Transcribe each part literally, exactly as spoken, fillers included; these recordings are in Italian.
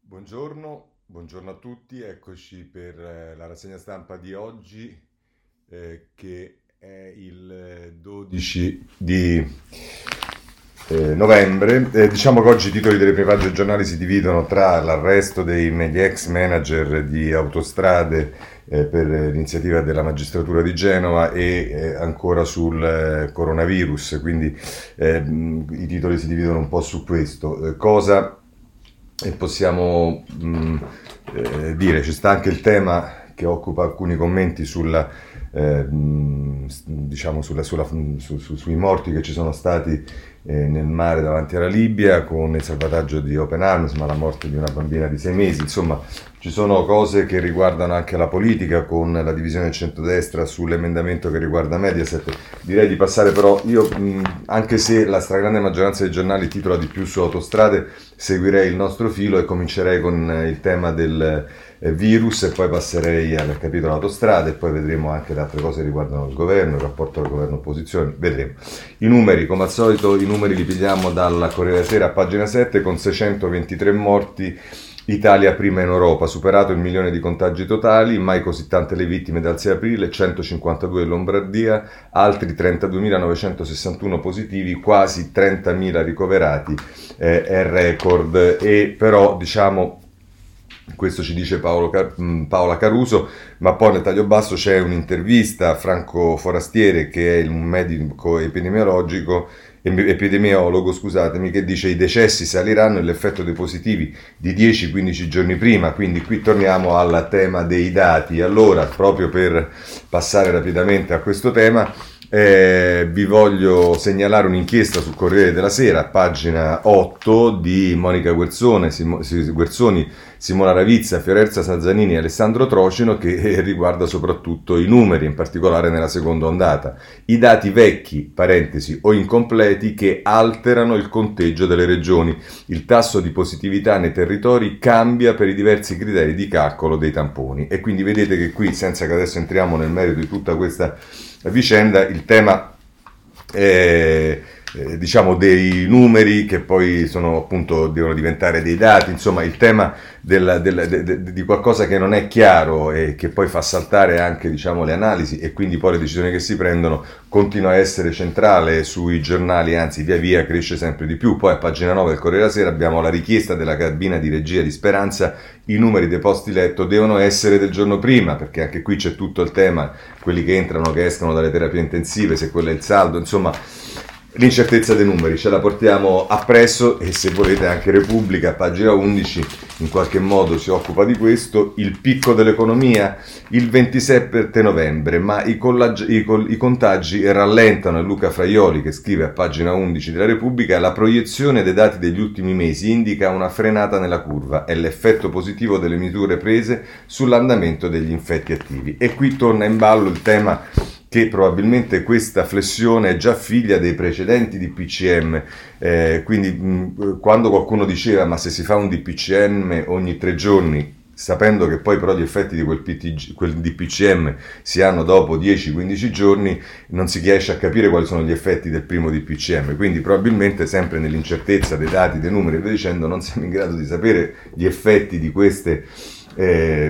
Buongiorno, buongiorno a tutti, eccoci per eh, la rassegna stampa di oggi eh, che è il eh, dodici di eh, novembre. Eh, diciamo che oggi i titoli delle prime pagine dei giornali si dividono tra l'arresto dei degli ex manager di autostrade eh, per l'iniziativa della magistratura di Genova e eh, ancora sul eh, coronavirus, quindi eh, i titoli si dividono un po' su questo. Eh, cosa e possiamo mh, eh, dire, ci sta anche il tema che occupa alcuni commenti sulla, eh, mh, diciamo sulla, sulla, su, su, sui morti che ci sono stati eh, nel mare davanti alla Libia con il salvataggio di Open Arms, ma la morte di una bambina di sei mesi. Insomma, ci sono cose che riguardano anche la politica, con la divisione del centrodestra sull'emendamento che riguarda Mediaset. Direi di passare però, io mh, anche se la stragrande maggioranza dei giornali titola di più su autostrade, seguirei il nostro filo e comincerei con eh, il tema del eh, virus e poi passerei al capitolo autostrade e poi vedremo anche le altre cose che riguardano il governo, il rapporto tra governo e opposizione, vedremo. I numeri, come al solito, i numeri li pigliamo dalla Corriere della Sera a pagina sette con seicentoventitré morti. Italia prima in Europa, superato il milione di contagi totali, mai così tante le vittime dal sei aprile, centocinquantadue in Lombardia, altri trentaduemilanovecentosessantuno positivi, quasi trentamila ricoverati, eh, è record. E però diciamo, questo ci dice Paolo, Paola Caruso, ma poi nel taglio basso c'è un'intervista a Franco Forastiere, che è un medico epidemiologico epidemiologo, scusatemi, che dice: i decessi saliranno e l'effetto dei positivi di dieci quindici giorni prima. Quindi qui torniamo al tema dei dati. Allora, proprio per passare rapidamente a questo tema, eh, vi voglio segnalare un'inchiesta sul Corriere della Sera, pagina otto, di Monica Guerzone, Simo, Guerzoni, Simona Ravizza, Fiorenza Sazzanini e Alessandro Trocino, che riguarda soprattutto i numeri, in particolare nella seconda ondata. I dati vecchi, parentesi, o incompleti, che alterano il conteggio delle regioni. Il tasso di positività nei territori cambia per i diversi criteri di calcolo dei tamponi. E quindi vedete che qui, senza che adesso entriamo nel merito di tutta questa vicenda, il tema è, eh, diciamo, dei numeri che poi sono appunto, devono diventare dei dati, insomma il tema del, del, de, de, di qualcosa che non è chiaro e che poi fa saltare anche, diciamo, le analisi e quindi poi le decisioni che si prendono, continua a essere centrale sui giornali, anzi via via cresce sempre di più. Poi a pagina nove del Corriere della Sera abbiamo la richiesta della cabina di regia di Speranza: i numeri dei posti letto devono essere del giorno prima, perché anche qui c'è tutto il tema, quelli che entrano, che escono dalle terapie intensive, se quello è il saldo, insomma l'incertezza dei numeri ce la portiamo appresso. E se volete anche Repubblica, pagina undici, in qualche modo si occupa di questo. Il picco dell'economia il ventisette novembre, ma i, collagi, i, i contagi rallentano. È Luca Fraioli che scrive a pagina undici della Repubblica: la proiezione dei dati degli ultimi mesi indica una frenata nella curva, è l'effetto positivo delle misure prese sull'andamento degli infetti attivi. E qui torna in ballo il tema che probabilmente questa flessione è già figlia dei precedenti D P C M, eh, quindi mh, quando qualcuno diceva ma se si fa un D P C M ogni tre giorni, sapendo che poi però gli effetti di quel, P T G, quel D P C M si hanno dopo dieci quindici giorni, non si riesce a capire quali sono gli effetti del primo D P C M, quindi probabilmente sempre nell'incertezza dei dati, dei numeri e via dicendo, non siamo in grado di sapere gli effetti di queste eh,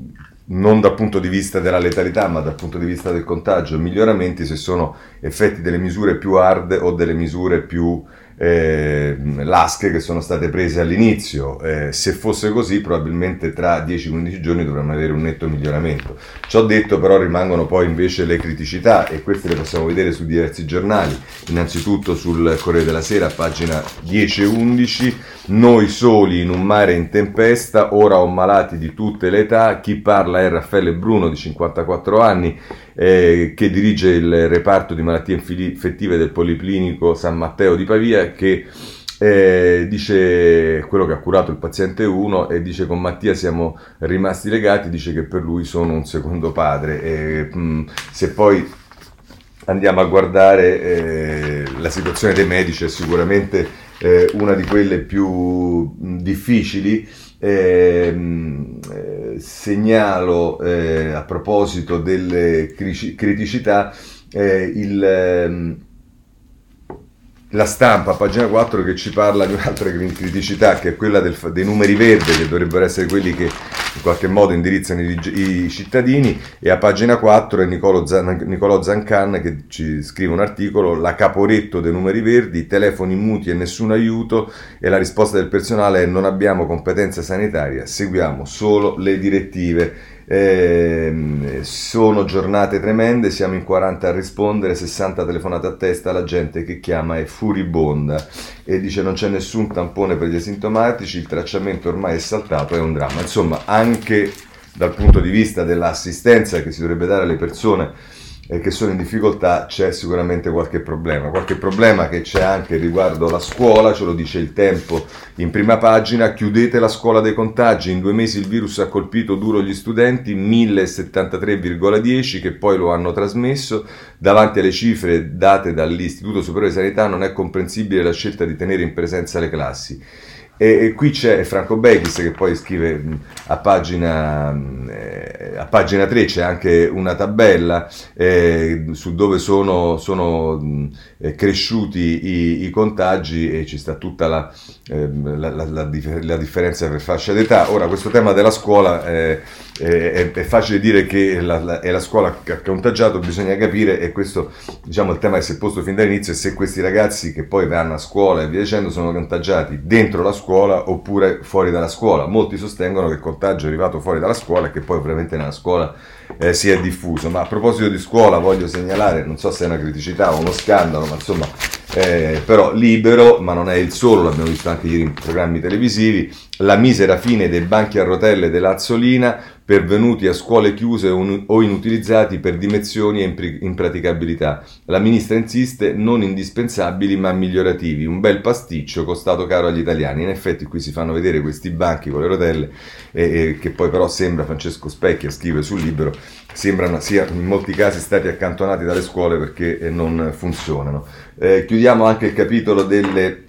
non dal punto di vista della letalità ma dal punto di vista del contagio, miglioramenti, se sono effetti delle misure più hard o delle misure più eh, lasche che sono state prese all'inizio. Eh, se fosse così probabilmente tra dieci quindici giorni dovremmo avere un netto miglioramento. Ciò detto, però rimangono poi invece le criticità, e queste le possiamo vedere su diversi giornali. Innanzitutto sul Corriere della Sera, pagina dieci e undici: noi soli in un mare in tempesta, ora ho malati di tutte le età. Chi parla è Raffaele Bruno, di cinquantaquattro anni, eh, che dirige il reparto di malattie infettive del Policlinico San Matteo di Pavia, che eh, dice, quello che ha curato il paziente uno, e dice: con Mattia siamo rimasti legati, dice che per lui sono un secondo padre. E, mh, se poi andiamo a guardare eh, la situazione dei medici, è sicuramente eh, una di quelle più mh, difficili. Eh, eh, segnalo eh, a proposito delle criticità eh, il, eh, la Stampa, pagina quattro, che ci parla di un'altra criticità, che è quella del, dei numeri verdi, che dovrebbero essere quelli che in qualche modo indirizzano i, i cittadini, e a pagina quattro è Nicolo, Zan, Nicolò Zancan che ci scrive un articolo: la Caporetto dei numeri verdi, telefoni muti e nessun aiuto, e la risposta del personale è: non abbiamo competenza sanitaria, seguiamo solo le direttive. Eh, sono giornate tremende, siamo in quaranta a rispondere, sessanta telefonate a testa, la gente che chiama è furibonda, e dice non c'è nessun tampone per gli asintomatici, il tracciamento ormai è saltato, è un dramma. Insomma, anche dal punto di vista dell'assistenza che si dovrebbe dare alle persone eh, che sono in difficoltà c'è sicuramente qualche problema, qualche problema che c'è anche riguardo la scuola. Ce lo dice Il Tempo in prima pagina: chiudete la scuola dei contagi, in due mesi il virus ha colpito duro gli studenti, mille settantatré virgola dieci che poi lo hanno trasmesso. Davanti alle cifre date dall'Istituto Superiore di Sanità non è comprensibile la scelta di tenere in presenza le classi. E, e qui c'è Franco Bechis che poi scrive a pagina, eh, a pagina tre, c'è anche una tabella eh, su dove sono, sono eh, cresciuti i, i contagi, e ci sta tutta la, eh, la, la, la, la differenza per fascia d'età. Ora, questo tema della scuola eh, è, è facile dire che la, la, è la scuola che ha contagiato, bisogna capire, e questo diciamo il tema che si è posto fin dall'inizio, è se questi ragazzi che poi vanno a scuola e via dicendo sono contagiati dentro la scuola scuola oppure fuori dalla scuola. Molti sostengono che il contagio è arrivato fuori dalla scuola e che poi ovviamente nella scuola eh, si è diffuso. Ma a proposito di scuola voglio segnalare, non so se è una criticità o uno scandalo, ma insomma eh, però Libero, ma non è il solo, l'abbiamo visto anche ieri in programmi televisivi: la misera fine dei banchi a rotelle dell'Azzolina, pervenuti a scuole chiuse o inutilizzati per dimensioni e impraticabilità. La ministra insiste: non indispensabili ma migliorativi, un bel pasticcio costato caro agli italiani. In effetti qui si fanno vedere questi banchi con le rotelle eh, eh, che poi però sembra, Francesco Specchia scrive sul Libero, sembrano sia in molti casi stati accantonati dalle scuole perché eh, non funzionano. Eh, chiudiamo anche il capitolo delle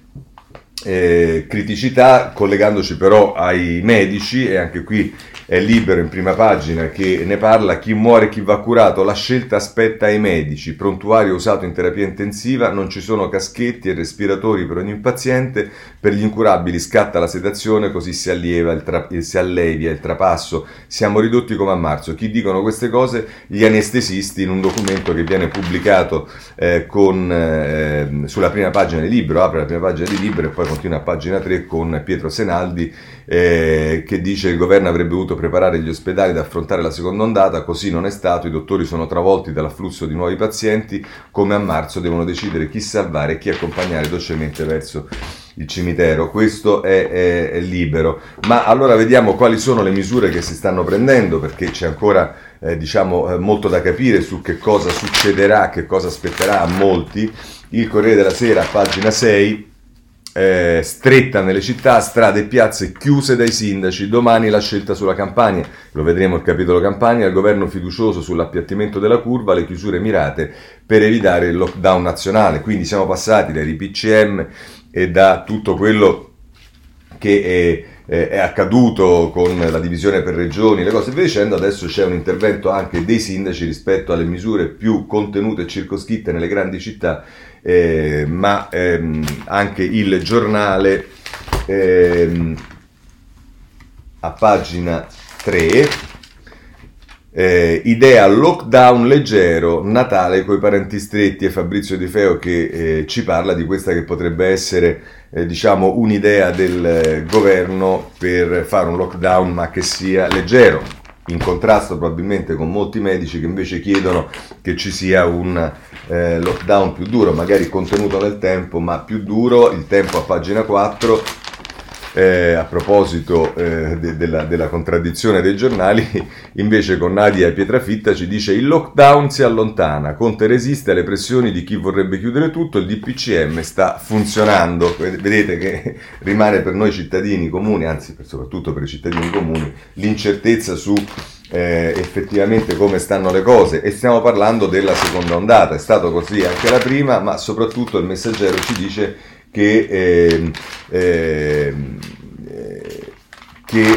Eh, criticità collegandoci però ai medici, e anche qui è Libero in prima pagina che ne parla: chi muore, chi va curato, la scelta aspetta ai medici, prontuario usato in terapia intensiva, non ci sono caschetti e respiratori per ogni paziente, per gli incurabili scatta la sedazione, così si allieva il tra- si allevia il trapasso, siamo ridotti come a marzo. Chi dicono queste cose? Gli anestesisti, in un documento che viene pubblicato eh, con, eh, sulla prima pagina di Libero, apre la prima pagina di Libero e poi continua a pagina tre con Pietro Senaldi eh, che dice: il governo avrebbe dovuto preparare gli ospedali ad affrontare la seconda ondata, così non è stato, i dottori sono travolti dall'afflusso di nuovi pazienti, come a marzo devono decidere chi salvare e chi accompagnare dolcemente verso il cimitero. Questo è, è, è Libero. Ma allora vediamo quali sono le misure che si stanno prendendo, perché c'è ancora eh, diciamo eh, molto da capire su che cosa succederà, che cosa aspetterà a molti. Il Corriere della Sera, pagina sei: Eh, stretta nelle città, strade e piazze chiuse dai sindaci, domani la scelta sulla Campania, lo vedremo il capitolo Campania, il governo fiducioso sull'appiattimento della curva, le chiusure mirate per evitare il lockdown nazionale. Quindi siamo passati dai P C M e da tutto quello che è, è accaduto con la divisione per regioni, le cose via dicendo. Adesso c'è un intervento anche dei sindaci rispetto alle misure più contenute e circoscritte nelle grandi città. Eh, ma ehm, anche il Giornale ehm, a pagina tre eh, idea lockdown leggero, Natale coi parenti stretti, e Fabrizio De Feo che eh, ci parla di questa che potrebbe essere eh, diciamo un'idea del eh, governo per fare un lockdown ma che sia leggero, in contrasto probabilmente con molti medici che invece chiedono che ci sia un eh, lockdown più duro, magari contenuto nel tempo ma più duro. Il Tempo a pagina quattro, eh, a proposito eh, de- della, della contraddizione dei giornali, invece con Nadia Pietrafitta ci dice: il lockdown si allontana, Conte resiste alle pressioni di chi vorrebbe chiudere tutto, il D P C M sta funzionando. Vedete che rimane per noi cittadini comuni, anzi per, soprattutto per i cittadini comuni, l'incertezza su Eh, effettivamente come stanno le cose, e stiamo parlando della seconda ondata. È stato così anche la prima, ma soprattutto il Messaggero ci dice che eh, eh, che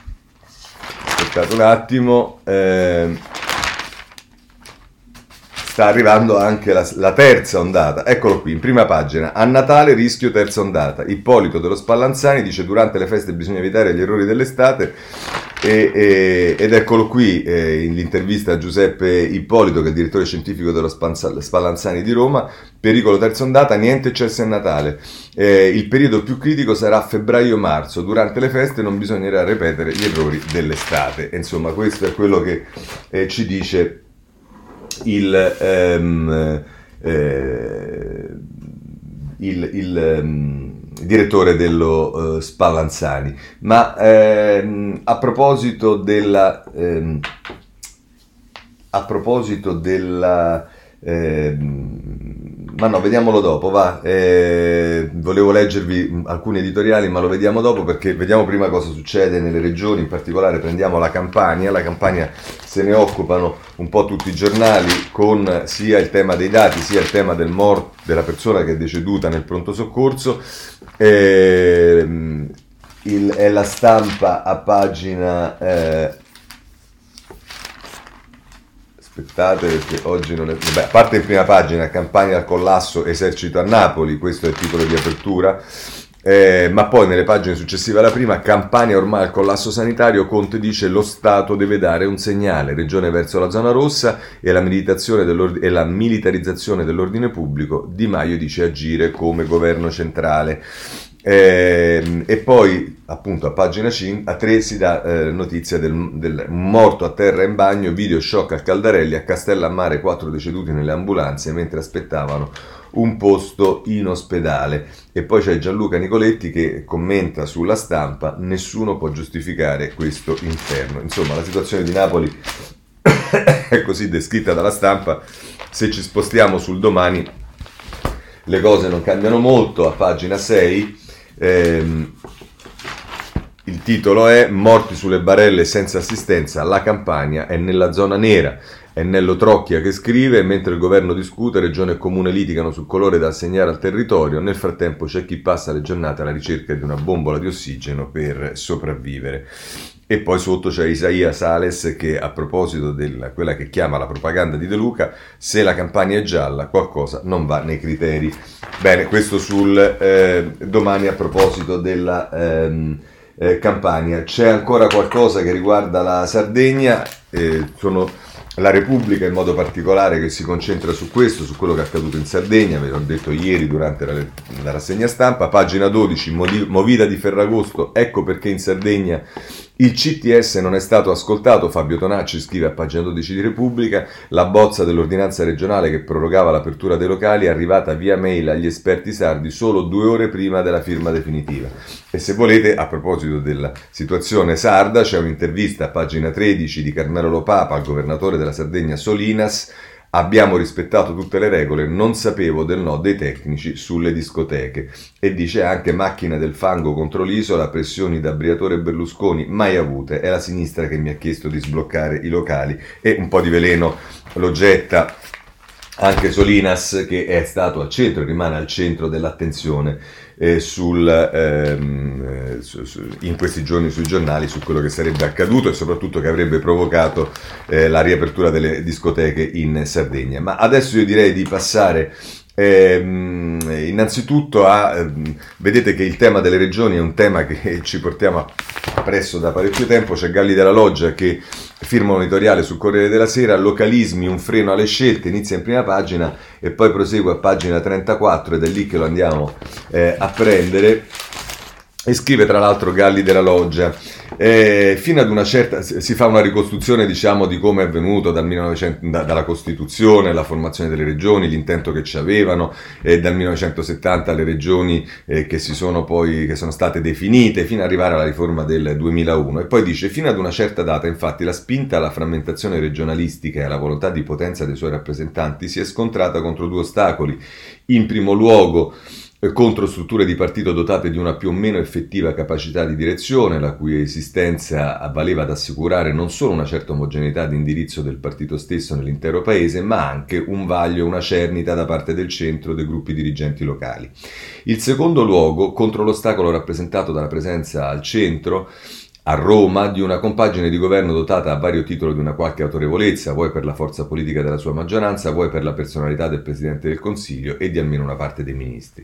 aspettate un attimo eh, sta arrivando anche la, la terza ondata. Eccolo qui, in prima pagina. A Natale rischio terza ondata. Ippolito dello Spallanzani dice durante le feste bisogna evitare gli errori dell'estate. E, e, ed eccolo qui eh, in l'intervista a Giuseppe Ippolito, che è il direttore scientifico dello Spallanzani di Roma. Pericolo terza ondata, niente eccesso a Natale. Eh, il periodo più critico sarà febbraio-marzo. Durante le feste non bisognerà ripetere gli errori dell'estate. E, insomma, questo è quello che eh, ci dice il, ehm, eh, il, il um, direttore dello uh, Spallanzani. Ma ehm, a proposito della ehm, a proposito della ehm, ma no, vediamolo dopo, va. Eh, volevo leggervi alcuni editoriali, ma lo vediamo dopo, perché vediamo prima cosa succede nelle regioni. In particolare prendiamo la Campania. La Campania se ne occupano un po' tutti i giornali, con sia il tema dei dati, sia il tema del mor- della persona che è deceduta nel pronto soccorso. Eh, il, è la Stampa a pagina... Eh, aspettate, perché oggi non è... Beh, a parte in prima pagina, campagna al collasso, esercito a Napoli, questo è il titolo di apertura, eh, ma poi nelle pagine successive alla prima, Campania ormai al collasso sanitario, Conte dice lo Stato deve dare un segnale, regione verso la zona rossa e la, e la militarizzazione dell'ordine pubblico, Di Maio dice agire come governo centrale. Eh, e poi appunto a pagina cinque, a tre si dà eh, notizia del, del morto a terra in bagno, video shock a Caldarelli, a Castellammare quattro deceduti nelle ambulanze mentre aspettavano un posto in ospedale. E poi c'è Gianluca Nicoletti che commenta sulla Stampa: nessuno può giustificare questo inferno. Insomma, la situazione di Napoli è così descritta dalla Stampa. Se ci spostiamo sul Domani le cose non cambiano molto. A pagina sei ehm, il titolo è morti sulle barelle senza assistenza, la Campania è nella zona nera. È Nello Trocchia che scrive: mentre il governo discute, regione e comune litigano sul colore da assegnare al territorio, nel frattempo c'è chi passa le giornate alla ricerca di una bombola di ossigeno per sopravvivere. E poi sotto c'è Isaia Sales che, a proposito di quella che chiama la propaganda di De Luca, se la Campania è gialla qualcosa non va nei criteri. Bene, questo sul eh, Domani a proposito della ehm, eh, Campania. C'è ancora qualcosa che riguarda la Sardegna, eh, sono la Repubblica in modo particolare che si concentra su questo, su quello che è accaduto in Sardegna, ve l'ho detto ieri durante la, la rassegna stampa. Pagina dodici, Movida di Ferragosto, ecco perché in Sardegna il C T S non è stato ascoltato. Fabio Tonacci scrive a pagina dodici di Repubblica: la bozza dell'ordinanza regionale che prorogava l'apertura dei locali è arrivata via mail agli esperti sardi solo due ore prima della firma definitiva. E se volete, a proposito della situazione sarda, c'è un'intervista a pagina tredici di Carmelo Papa al governatore della Sardegna Solinas: abbiamo rispettato tutte le regole, non sapevo del no dei tecnici sulle discoteche. E dice anche: macchina del fango contro l'isola, pressioni da Briatore Berlusconi mai avute, è la sinistra che mi ha chiesto di sbloccare i locali. E un po' di veleno lo getta anche Solinas, che è stato al centro, rimane al centro dell'attenzione eh, sul, ehm, su, su, in questi giorni sui giornali, su quello che sarebbe accaduto e soprattutto che avrebbe provocato eh, la riapertura delle discoteche in Sardegna. Ma adesso io direi di passare ehm, innanzitutto a... Ehm, vedete che il tema delle regioni è un tema che ci portiamo appresso da parecchio tempo. C'è Galli della Loggia che firma un editoriale sul Corriere della Sera: localismi, un freno alle scelte, inizia in prima pagina e poi prosegue a pagina trentaquattro, ed è lì che lo andiamo eh, a prendere. E scrive tra l'altro Galli della Loggia: eh, fino ad una certa, si fa una ricostruzione, diciamo, di come è avvenuto dal millenovecento, da, dalla Costituzione, la formazione delle regioni, l'intento che ci avevano, eh, dal millenovecentosettanta alle regioni eh, che si sono poi che sono state definite, fino ad arrivare alla riforma del duemilauno. E poi dice: fino ad una certa data, infatti, la spinta alla frammentazione regionalistica e alla volontà di potenza dei suoi rappresentanti si è scontrata contro due ostacoli. In primo luogo, contro strutture di partito dotate di una più o meno effettiva capacità di direzione, la cui esistenza valeva ad assicurare non solo una certa omogeneità di indirizzo del partito stesso nell'intero paese, ma anche un vaglio, una cernita da parte del centro dei gruppi dirigenti locali. Il secondo luogo, contro l'ostacolo rappresentato dalla presenza al centro a Roma di una compagine di governo dotata a vario titolo di una qualche autorevolezza, vuoi per la forza politica della sua maggioranza, vuoi per la personalità del Presidente del Consiglio e di almeno una parte dei ministri.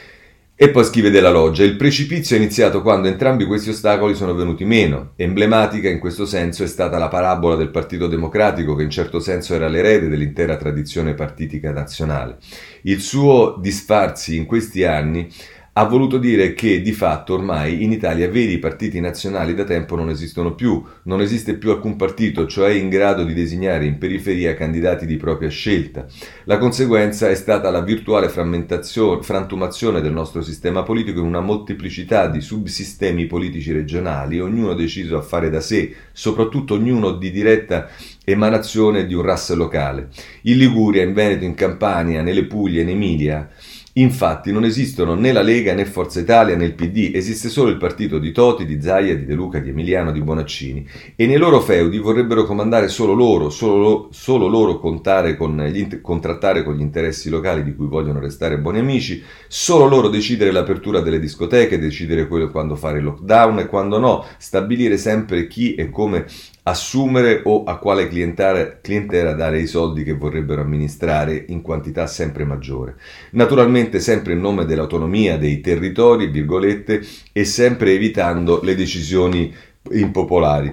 E poi scrive Della Loggia: il precipizio è iniziato quando entrambi questi ostacoli sono venuti meno. Emblematica in questo senso è stata la parabola del Partito Democratico, che in certo senso era l'erede dell'intera tradizione partitica nazionale. Il suo disfarsi in questi anni ha voluto dire che di fatto ormai in Italia veri partiti nazionali da tempo non esistono più, non esiste più alcun partito, cioè in grado di designare in periferia candidati di propria scelta. La conseguenza è stata la virtuale frammentazione, frantumazione del nostro sistema politico in una molteplicità di subsistemi politici regionali, ognuno deciso a fare da sé, soprattutto ognuno di diretta emanazione di un R A S locale. In Liguria, in Veneto, in Campania, nelle Puglie, in Emilia, infatti non esistono né la Lega né Forza Italia né il P D, esiste solo il partito di Toti, di Zaia, di De Luca, di Emiliano, di Bonaccini, e nei loro feudi vorrebbero comandare solo loro, solo, solo loro contare con gli, contrattare con gli interessi locali di cui vogliono restare buoni amici, solo loro decidere l'apertura delle discoteche, decidere quello quando fare il lockdown e quando no, stabilire sempre chi e come assumere o a quale clientela dare i soldi che vorrebbero amministrare in quantità sempre maggiore. Naturalmente sempre in nome dell'autonomia dei territori, virgolette, e sempre evitando le decisioni impopolari.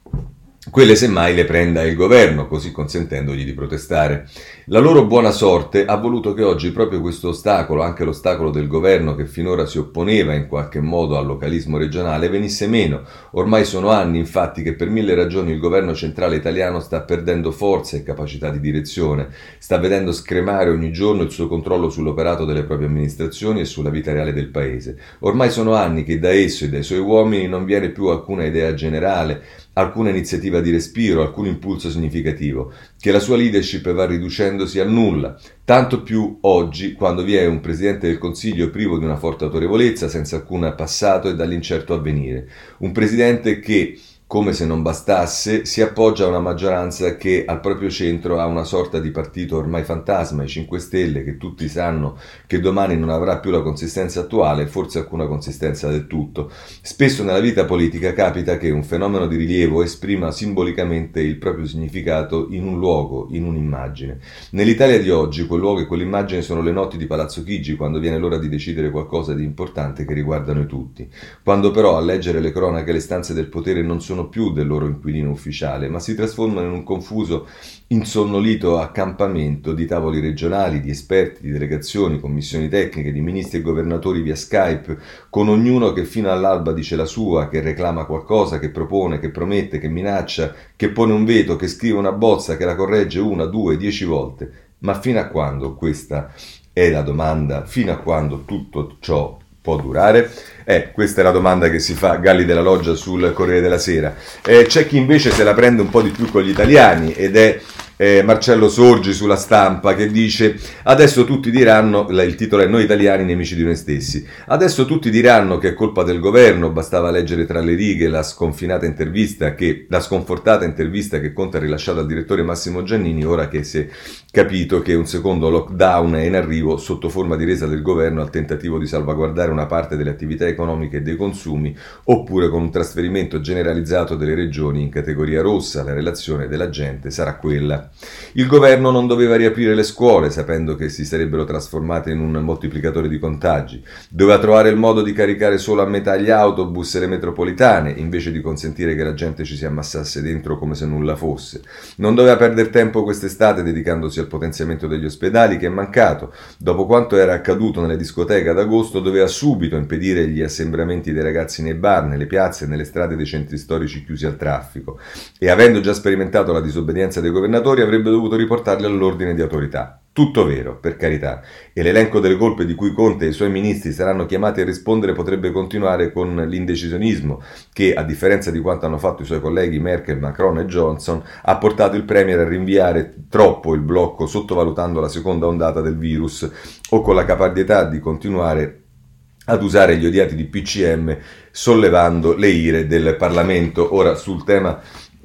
Quelle semmai le prenda il governo, così consentendogli di protestare. La loro buona sorte ha voluto che oggi proprio questo ostacolo, anche l'ostacolo del governo che finora si opponeva in qualche modo al localismo regionale, venisse meno. Ormai sono anni infatti che per mille ragioni il governo centrale italiano sta perdendo forza e capacità di direzione, sta vedendo scremare ogni giorno il suo controllo sull'operato delle proprie amministrazioni e sulla vita reale del paese. Ormai sono anni che da esso e dai suoi uomini non viene più alcuna idea generale, alcuna iniziativa di respiro, alcun impulso significativo, che la sua leadership va riducendosi a nulla, tanto più oggi quando vi è un Presidente del Consiglio privo di una forte autorevolezza, senza alcun passato e dall'incerto avvenire. Un Presidente che, come se non bastasse, si appoggia a una maggioranza che al proprio centro ha una sorta di partito ormai fantasma, i cinque Stelle, che tutti sanno che domani non avrà più la consistenza attuale, forse alcuna consistenza del tutto. Spesso nella vita politica capita che un fenomeno di rilievo esprima simbolicamente il proprio significato in un luogo, in un'immagine. Nell'Italia di oggi quel luogo e quell'immagine sono le notti di Palazzo Chigi, quando viene l'ora di decidere qualcosa di importante che riguarda noi tutti. Quando però a leggere le cronache le stanze del potere non sono più del loro inquilino ufficiale, ma si trasformano in un confuso, insonnolito accampamento di tavoli regionali, di esperti, di delegazioni, commissioni tecniche, di ministri e governatori via Skype, con ognuno che fino all'alba dice la sua, che reclama qualcosa, che propone, che promette, che minaccia, che pone un veto, che scrive una bozza, che la corregge una, due, dieci volte. Ma fino a quando? Questa è la domanda. Fino a quando tutto ciò può durare? Eh, questa è la domanda che si fa Galli Della Loggia sul Corriere della Sera. Eh, c'è chi invece se la prende un po' di più con gli italiani ed è eh, Marcello Sorgi sulla Stampa, che dice: adesso tutti diranno, il titolo è "Noi italiani nemici di noi stessi", adesso tutti diranno che è colpa del governo, bastava leggere tra le righe la sconfinata intervista che, la sconfortata intervista che Conte ha rilasciato al direttore Massimo Giannini, ora che si è capito che un secondo lockdown è in arrivo sotto forma di resa del governo al tentativo di salvaguardare una parte delle attività economiche e dei consumi, oppure con un trasferimento generalizzato delle regioni in categoria rossa. La relazione della gente sarà quella. Il governo non doveva riaprire le scuole, sapendo che si sarebbero trasformate in un moltiplicatore di contagi. Doveva trovare il modo di caricare solo a metà gli autobus e le metropolitane, invece di consentire che la gente ci si ammassasse dentro come se nulla fosse. Non doveva perdere tempo quest'estate dedicandosi al potenziamento degli ospedali, che è mancato. Dopo quanto era accaduto nelle discoteche ad agosto, doveva subito impedire gli assembramenti dei ragazzi nei bar, nelle piazze e nelle strade dei centri storici chiusi al traffico. E avendo già sperimentato la disobbedienza dei governatori, avrebbe dovuto riportarli all'ordine di autorità. Tutto vero, per carità, e l'elenco delle colpe di cui Conte e i suoi ministri saranno chiamati a rispondere potrebbe continuare con l'indecisionismo che, a differenza di quanto hanno fatto i suoi colleghi Merkel, Macron e Johnson, ha portato il Premier a rinviare troppo il blocco, sottovalutando la seconda ondata del virus, o con la caparbietà di continuare ad usare gli odiati di P C M, sollevando le ire del Parlamento. Ora, sul tema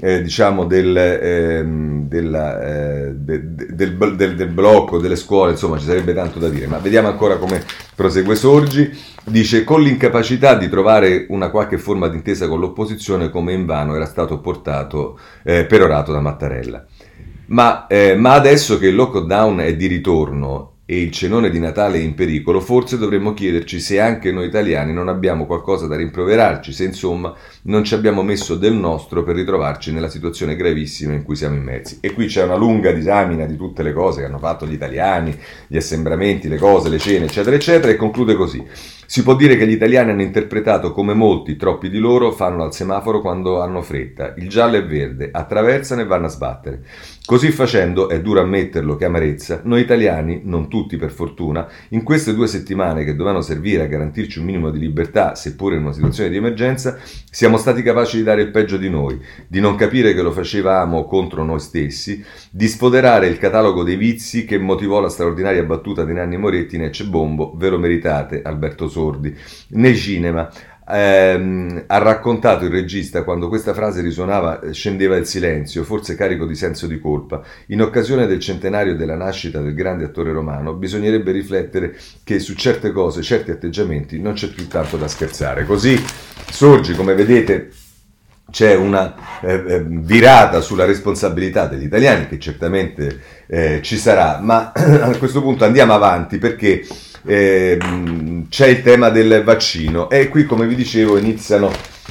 eh, diciamo del, ehm, della, eh, de, de, del, del, del blocco, delle scuole, insomma ci sarebbe tanto da dire, ma vediamo ancora come prosegue Sorgi. Dice: con l'incapacità di trovare una qualche forma di intesa con l'opposizione, come invano era stato portato, eh, perorato da Mattarella. Ma, eh, ma adesso che il lockdown è di ritorno e il cenone di Natale è in pericolo, forse dovremmo chiederci se anche noi italiani non abbiamo qualcosa da rimproverarci, se insomma non ci abbiamo messo del nostro per ritrovarci nella situazione gravissima in cui siamo immersi. E qui c'è una lunga disamina di tutte le cose che hanno fatto gli italiani, gli assembramenti, le cose, le cene, eccetera, eccetera, e conclude così. Si può dire che gli italiani hanno interpretato come molti, troppi di loro, fanno al semaforo quando hanno fretta. Il giallo e verde, attraversano e vanno a sbattere. Così facendo, è duro ammetterlo che amarezza, noi italiani, non tutti per fortuna, in queste due settimane che dovevano servire a garantirci un minimo di libertà, seppure in una situazione di emergenza, siamo stati capaci di dare il peggio di noi, di non capire che lo facevamo contro noi stessi, di sfoderare il catalogo dei vizi che motivò la straordinaria battuta di Nanni Moretti in Ecce Bombo, ve lo meritate, Alberto Sordi, nel cinema. Ehm, ha raccontato il regista quando questa frase risuonava, scendeva il silenzio, forse carico di senso di colpa. In occasione del centenario della nascita del grande attore romano bisognerebbe riflettere che su certe cose, certi atteggiamenti non c'è più tanto da scherzare. Così Sorgi, come vedete, c'è una eh, virata sulla responsabilità degli italiani che certamente eh, ci sarà, ma a questo punto andiamo avanti perché Eh, c'è il tema del vaccino e qui, come vi dicevo, iniziano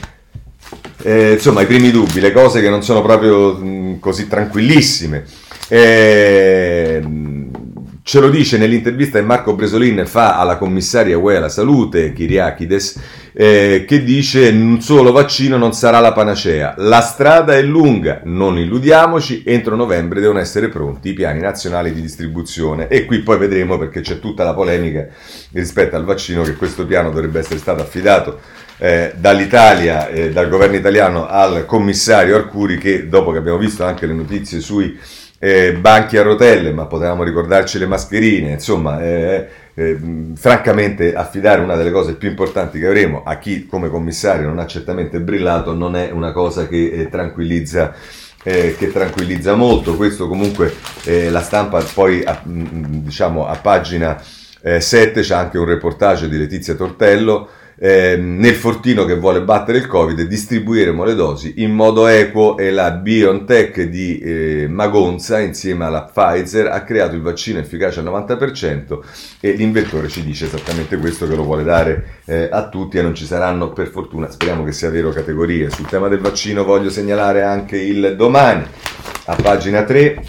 eh, insomma i primi dubbi, le cose che non sono proprio mh, così tranquillissime. Eh, ce lo dice nell'intervista che Marco Bresolin fa alla commissaria U E alla salute, Kyriakides, eh, che dice: un solo vaccino non sarà la panacea, la strada è lunga, non illudiamoci, entro novembre devono essere pronti i piani nazionali di distribuzione. E qui poi vedremo, perché c'è tutta la polemica rispetto al vaccino, che questo piano dovrebbe essere stato affidato eh, dall'Italia, eh, dal governo italiano al commissario Arcuri, che dopo che abbiamo visto anche le notizie sui Eh, banchi a rotelle, ma potevamo ricordarci le mascherine, insomma, eh, eh, francamente affidare una delle cose più importanti che avremo a chi come commissario non ha certamente brillato non è una cosa che eh, tranquillizza eh, che tranquillizza molto. Questo comunque eh, la stampa poi a, diciamo a pagina eh, sette c'è anche un reportage di Letizia Tortello. Eh, nel fortino che vuole battere il Covid distribuiremo le dosi in modo equo, e la BioNTech di eh, Magonza insieme alla Pfizer ha creato il vaccino efficace al novanta per cento e l'inventore ci dice esattamente questo, che lo vuole dare eh, a tutti, e non ci saranno, per fortuna, speriamo che sia vero, categorie. Sul tema del vaccino voglio segnalare anche il Domani a pagina tre.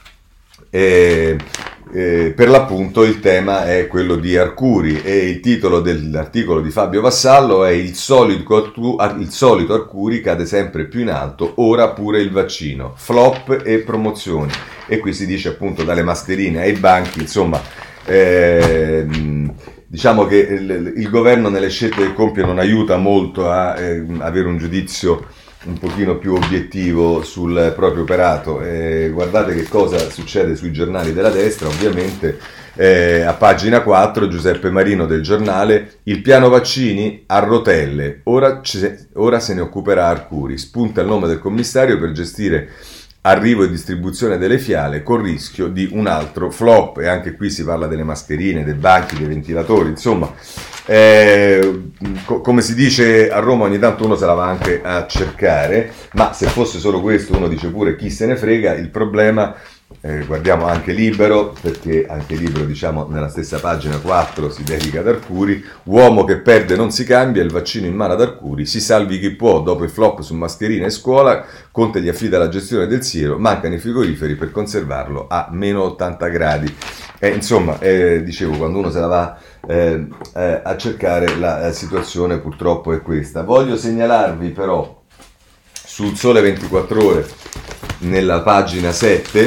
eh, Eh, per l'appunto il tema è quello di Arcuri e il titolo dell'articolo di Fabio Vassallo è il solito, il solito Arcuri cade sempre più in alto, ora pure il vaccino, flop e promozioni. E qui si dice appunto dalle mascherine ai banchi, insomma eh, diciamo che il, il governo nelle scelte che compie non aiuta molto a eh, avere un giudizio un pochino più obiettivo sul proprio operato. Eh, guardate che cosa succede sui giornali della destra, ovviamente. Eh, a pagina quattro Giuseppe Marino del Giornale: il piano vaccini a rotelle, ora, ora se ne occuperà Arcuri, spunta il nome del commissario per gestire arrivo e distribuzione delle fiale con rischio di un altro flop. E anche qui si parla delle mascherine, dei banchi, dei ventilatori, insomma eh, co- come si dice a Roma, ogni tanto uno se la va anche a cercare, ma se fosse solo questo uno dice pure chi se ne frega. Il problema, eh, guardiamo anche Libero, perché anche Libero, diciamo, nella stessa pagina quattro si dedica ad Arcuri: uomo che perde non si cambia, il vaccino in mano ad Arcuri, si salvi chi può, dopo il flop su mascherine e scuola, Conte gli affida la gestione del siero, mancano i frigoriferi per conservarlo a meno ottanta gradi. Eh, insomma, eh, dicevo, quando uno se la va eh, eh, a cercare, la, la situazione purtroppo è questa. Voglio segnalarvi però sul Sole ventiquattro Ore, nella pagina sette,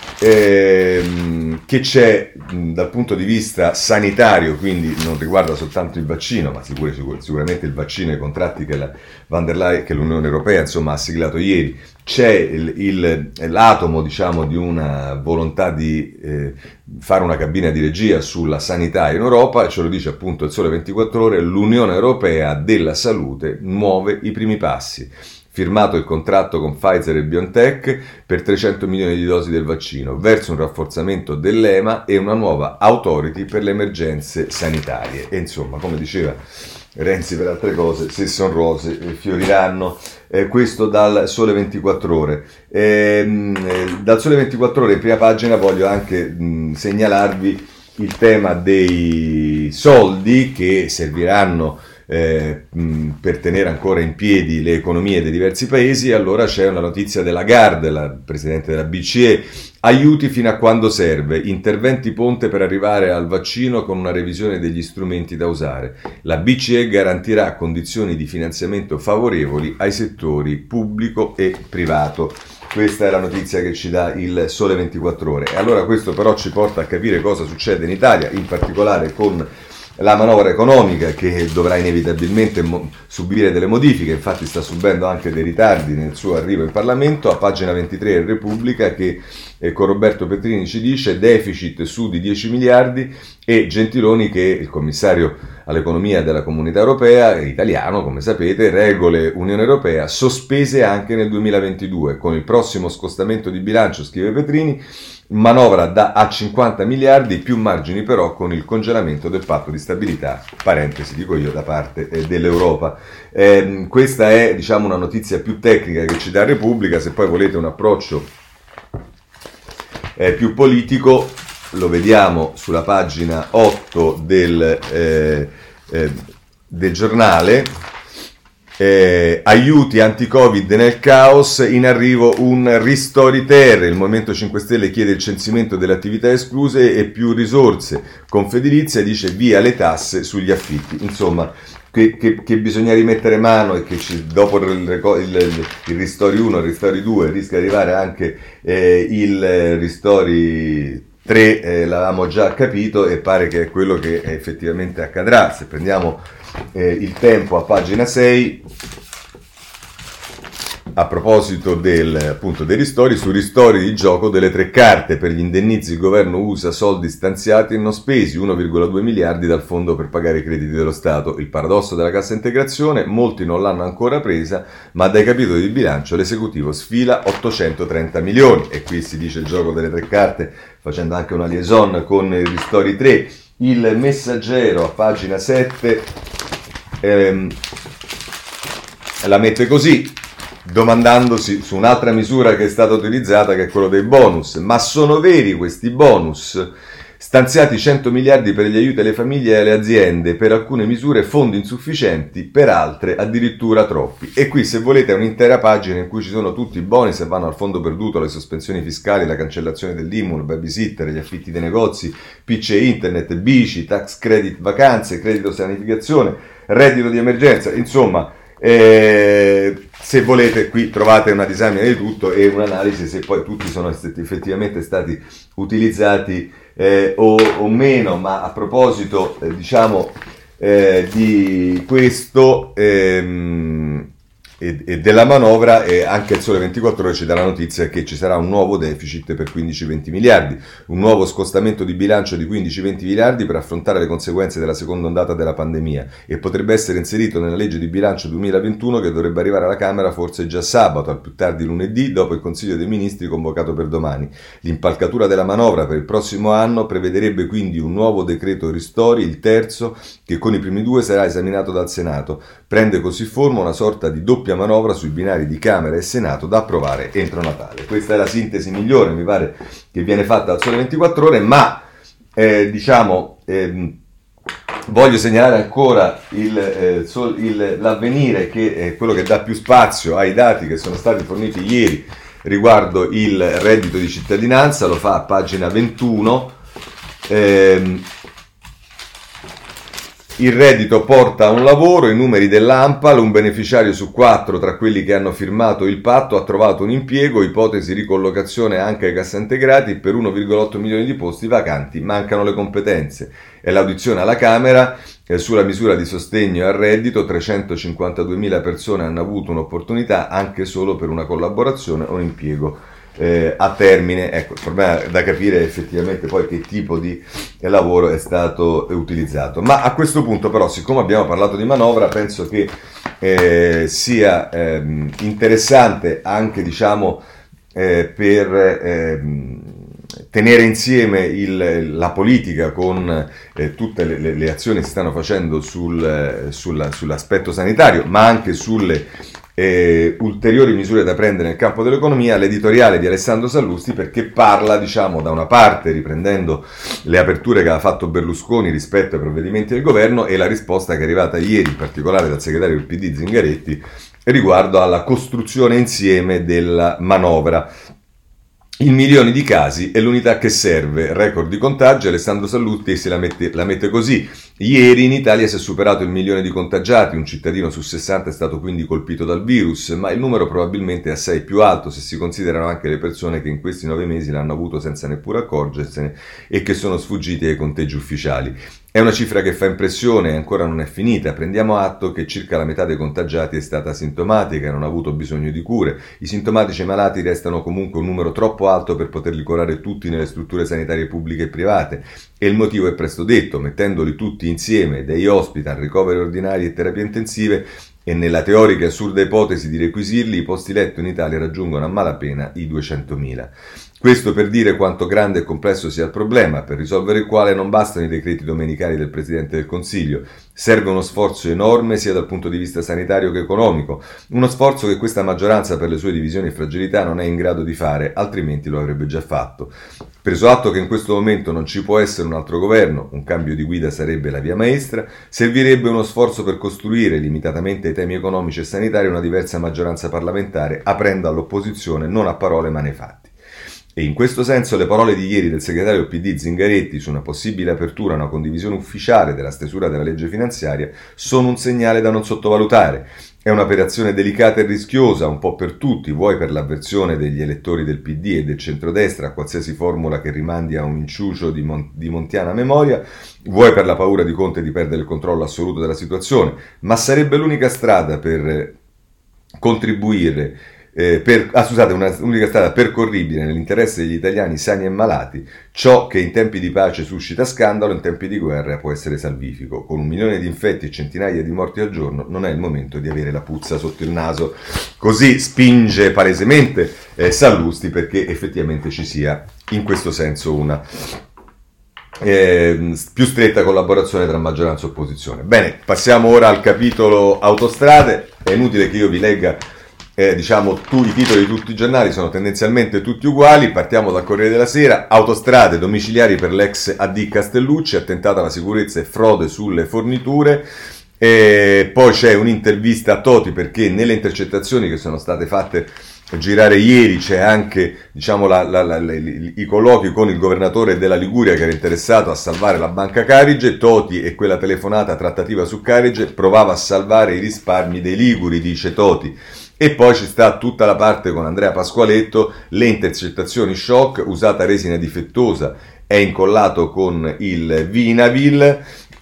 ehm, che c'è mh, dal punto di vista sanitario, quindi non riguarda soltanto il vaccino, ma sicur- sicur- sicuramente il vaccino e i contratti che la Van der Leyen, che l'Unione Europea insomma ha siglato ieri, c'è il, il, l'atomo, diciamo, di una volontà di eh, fare una cabina di regia sulla sanità in Europa, e ce lo dice appunto il Sole ventiquattro Ore: l'Unione Europea della Salute muove i primi passi. firmato il contratto con Pfizer e BioNTech per trecento milioni di dosi del vaccino, verso un rafforzamento dell'E M A e una nuova authority per le emergenze sanitarie. E insomma, come diceva Renzi per altre cose, se sono rose eh, fioriranno. Eh, questo dal Sole ventiquattro Ore. Eh, dal Sole ventiquattro Ore in prima pagina voglio anche mh, segnalarvi il tema dei soldi che serviranno eh, mh, per tenere ancora in piedi le economie dei diversi paesi. Allora c'è una notizia della Lagarde, la presidente della B C E, aiuti fino a quando serve, interventi ponte per arrivare al vaccino con una revisione degli strumenti da usare. La B C E garantirà condizioni di finanziamento favorevoli ai settori pubblico e privato. Questa è la notizia che ci dà il Sole ventiquattro Ore. E allora questo però ci porta a capire cosa succede in Italia, in particolare con la manovra economica che dovrà inevitabilmente mo- subire delle modifiche, infatti sta subendo anche dei ritardi nel suo arrivo in Parlamento. A pagina ventitré è Repubblica che eh, con Roberto Petrini ci dice deficit su di dieci miliardi e Gentiloni che il commissario all'economia della Comunità Europea, italiano come sapete, regole Unione Europea sospese anche nel duemilaventidue. Con il prossimo scostamento di bilancio, scrive Petrini, manovra da a cinquanta miliardi, più margini però con il congelamento del patto di stabilità, parentesi dico io, da parte eh, dell'Europa. Eh, questa è diciamo una notizia più tecnica che ci dà Repubblica. Se poi volete un approccio eh, più politico lo vediamo sulla pagina otto del, eh, eh, del giornale. Eh, aiuti anti-Covid nel caos, in arrivo un ristori ter, il Movimento cinque Stelle chiede il censimento delle attività escluse e più risorse, Confedilizia dice via le tasse sugli affitti. Insomma, che, che, che bisogna rimettere mano e che ci, dopo il, il, il ristori uno, il ristori due rischia di arrivare anche eh, il ristori tre, eh, l'avevamo già capito e pare che è quello che effettivamente accadrà. Se prendiamo eh, il Tempo a pagina sei, a proposito del, appunto, dei ristori, su ristori di gioco delle tre carte, per gli indennizi il governo usa soldi stanziati e non spesi, uno virgola due miliardi dal fondo per pagare i crediti dello Stato. Il paradosso della cassa integrazione, molti non l'hanno ancora presa, ma dai capitoli di bilancio l'esecutivo sfila ottocentotrenta milioni. E qui si dice il gioco delle tre carte, facendo anche una liaison con il ristori tre. Il Messaggero a pagina sette ehm, la mette così, domandandosi su un'altra misura che è stata utilizzata, che è quello dei bonus. Ma sono veri questi bonus? Stanziati cento miliardi per gli aiuti alle famiglie e alle aziende, per alcune misure fondi insufficienti, per altre addirittura troppi. E qui, se volete, è un'intera pagina in cui ci sono tutti i bonus che vanno al fondo perduto, le sospensioni fiscali, la cancellazione dell'I M U, il babysitter, gli affitti dei negozi, P C internet, bici, tax credit vacanze, credito sanificazione, reddito di emergenza, insomma. Eh, se volete qui trovate una disamina di tutto e un'analisi se poi tutti sono stati, effettivamente stati utilizzati eh, o, o meno. Ma a proposito eh, diciamo eh, di questo ehm, e, e della manovra, eh, anche il Sole ventiquattro Ore ci dà la notizia che ci sarà un nuovo deficit per quindici venti miliardi, un nuovo scostamento di bilancio di quindici venti miliardi per affrontare le conseguenze della seconda ondata della pandemia, e potrebbe essere inserito nella legge di bilancio duemilaventuno che dovrebbe arrivare alla Camera forse già sabato, al più tardi lunedì, dopo il Consiglio dei Ministri convocato per domani. L'impalcatura della manovra per il prossimo anno prevederebbe quindi un nuovo decreto ristori, il terzo, che con i primi due sarà esaminato dal Senato. Prende così forma una sorta di doppia manovra sui binari di Camera e Senato da approvare entro Natale. Questa è la sintesi migliore, mi pare, che viene fatta al Sole ventiquattro Ore, ma eh, diciamo ehm, voglio segnalare ancora il, eh, sol, il, l'Avvenire, che è quello che dà più spazio ai dati che sono stati forniti ieri riguardo il reddito di cittadinanza. Lo fa a pagina ventuno. ehm, Il reddito porta a un lavoro, i numeri dell'ANPAL, un beneficiario su quattro tra quelli che hanno firmato il patto ha trovato un impiego, ipotesi ricollocazione anche ai cassaintegrati, per uno virgola otto milioni di posti vacanti, mancano le competenze. È l'audizione alla Camera eh, sulla misura di sostegno al reddito, trecentocinquantaduemila persone hanno avuto un'opportunità anche solo per una collaborazione o un impiego Eh, a termine. Ecco, il problema è da capire effettivamente poi che tipo di eh, lavoro è stato eh, utilizzato. Ma a questo punto però, siccome abbiamo parlato di manovra, penso che eh, sia ehm, interessante anche, diciamo, eh, per ehm, tenere insieme il, la politica con eh, tutte le, le, le azioni che si stanno facendo sul, sulla, sull'aspetto sanitario, ma anche sulle eh, ulteriori misure da prendere nel campo dell'economia, l'editoriale di Alessandro Sallusti, perché parla, diciamo, da una parte, riprendendo le aperture che aveva fatto Berlusconi rispetto ai provvedimenti del governo, e la risposta che è arrivata ieri, in particolare dal segretario del P D Zingaretti, riguardo alla costruzione insieme della manovra. Il milione di casi è l'unità che serve, record di contagi. Alessandro Sallusti se la mette, la mette così: ieri in Italia si è superato il milione di contagiati, un cittadino su sessanta è stato quindi colpito dal virus, ma il numero probabilmente è assai più alto se si considerano anche le persone che in questi nove mesi l'hanno avuto senza neppure accorgersene e che sono sfuggiti ai conteggi ufficiali. È una cifra che fa impressione e ancora non è finita. Prendiamo atto che circa la metà dei contagiati è stata asintomatica e non ha avuto bisogno di cure. I sintomatici malati restano comunque un numero troppo alto per poterli curare tutti nelle strutture sanitarie pubbliche e private. E il motivo è presto detto: mettendoli tutti insieme, dai hospital, ricoveri ordinari e terapie intensive, e nella teorica e assurda ipotesi di requisirli, i posti letto in Italia raggiungono a malapena i duecentomila. Questo per dire quanto grande e complesso sia il problema, per risolvere il quale non bastano i decreti domenicali del Presidente del Consiglio. Serve uno sforzo enorme sia dal punto di vista sanitario che economico, uno sforzo che questa maggioranza, per le sue divisioni e fragilità, non è in grado di fare, altrimenti lo avrebbe già fatto. Preso atto che in questo momento non ci può essere un altro governo, un cambio di guida sarebbe la via maestra, servirebbe uno sforzo per costruire, limitatamente ai temi economici e sanitari, una diversa maggioranza parlamentare, aprendo all'opposizione non a parole ma nei fatti. E in questo senso le parole di ieri del segretario del P D Zingaretti su una possibile apertura a una condivisione ufficiale della stesura della legge finanziaria sono un segnale da non sottovalutare. È un'operazione delicata e rischiosa, un po' per tutti, vuoi per l'avversione degli elettori del P D e del centrodestra a qualsiasi formula che rimandi a un inciucio di, mon- di montiana memoria, vuoi per la paura di Conte di perdere il controllo assoluto della situazione, ma sarebbe l'unica strada per contribuire Eh, per, ah, scusate, una, un'unica strada percorribile nell'interesse degli italiani sani e malati, ciò che in tempi di pace suscita scandalo, in tempi di guerra può essere salvifico. Con un milione di infetti e centinaia di morti al giorno non è il momento di avere la puzza sotto il naso. Così spinge palesemente eh, Sallusti, perché effettivamente ci sia in questo senso una Eh, più stretta collaborazione tra maggioranza e opposizione. Bene, passiamo ora al capitolo autostrade. È inutile che io vi legga Eh, diciamo tu, i titoli di tutti i giornali sono tendenzialmente tutti uguali. Partiamo dal Corriere della Sera: autostrade, domiciliari per l'ex A D Castellucci, attentato alla sicurezza e frode sulle forniture. E poi c'è un'intervista a Toti, perché nelle intercettazioni che sono state fatte girare ieri c'è anche, diciamo, la, la, la, la, i colloqui con il governatore della Liguria che era interessato a salvare la banca Carige. Toti e quella telefonata trattativa su Carige provava a salvare i risparmi dei liguri, dice Toti. E poi ci sta tutta la parte con Andrea Pasqualetto, le intercettazioni shock, usata resina difettosa, è incollato con il Vinavil.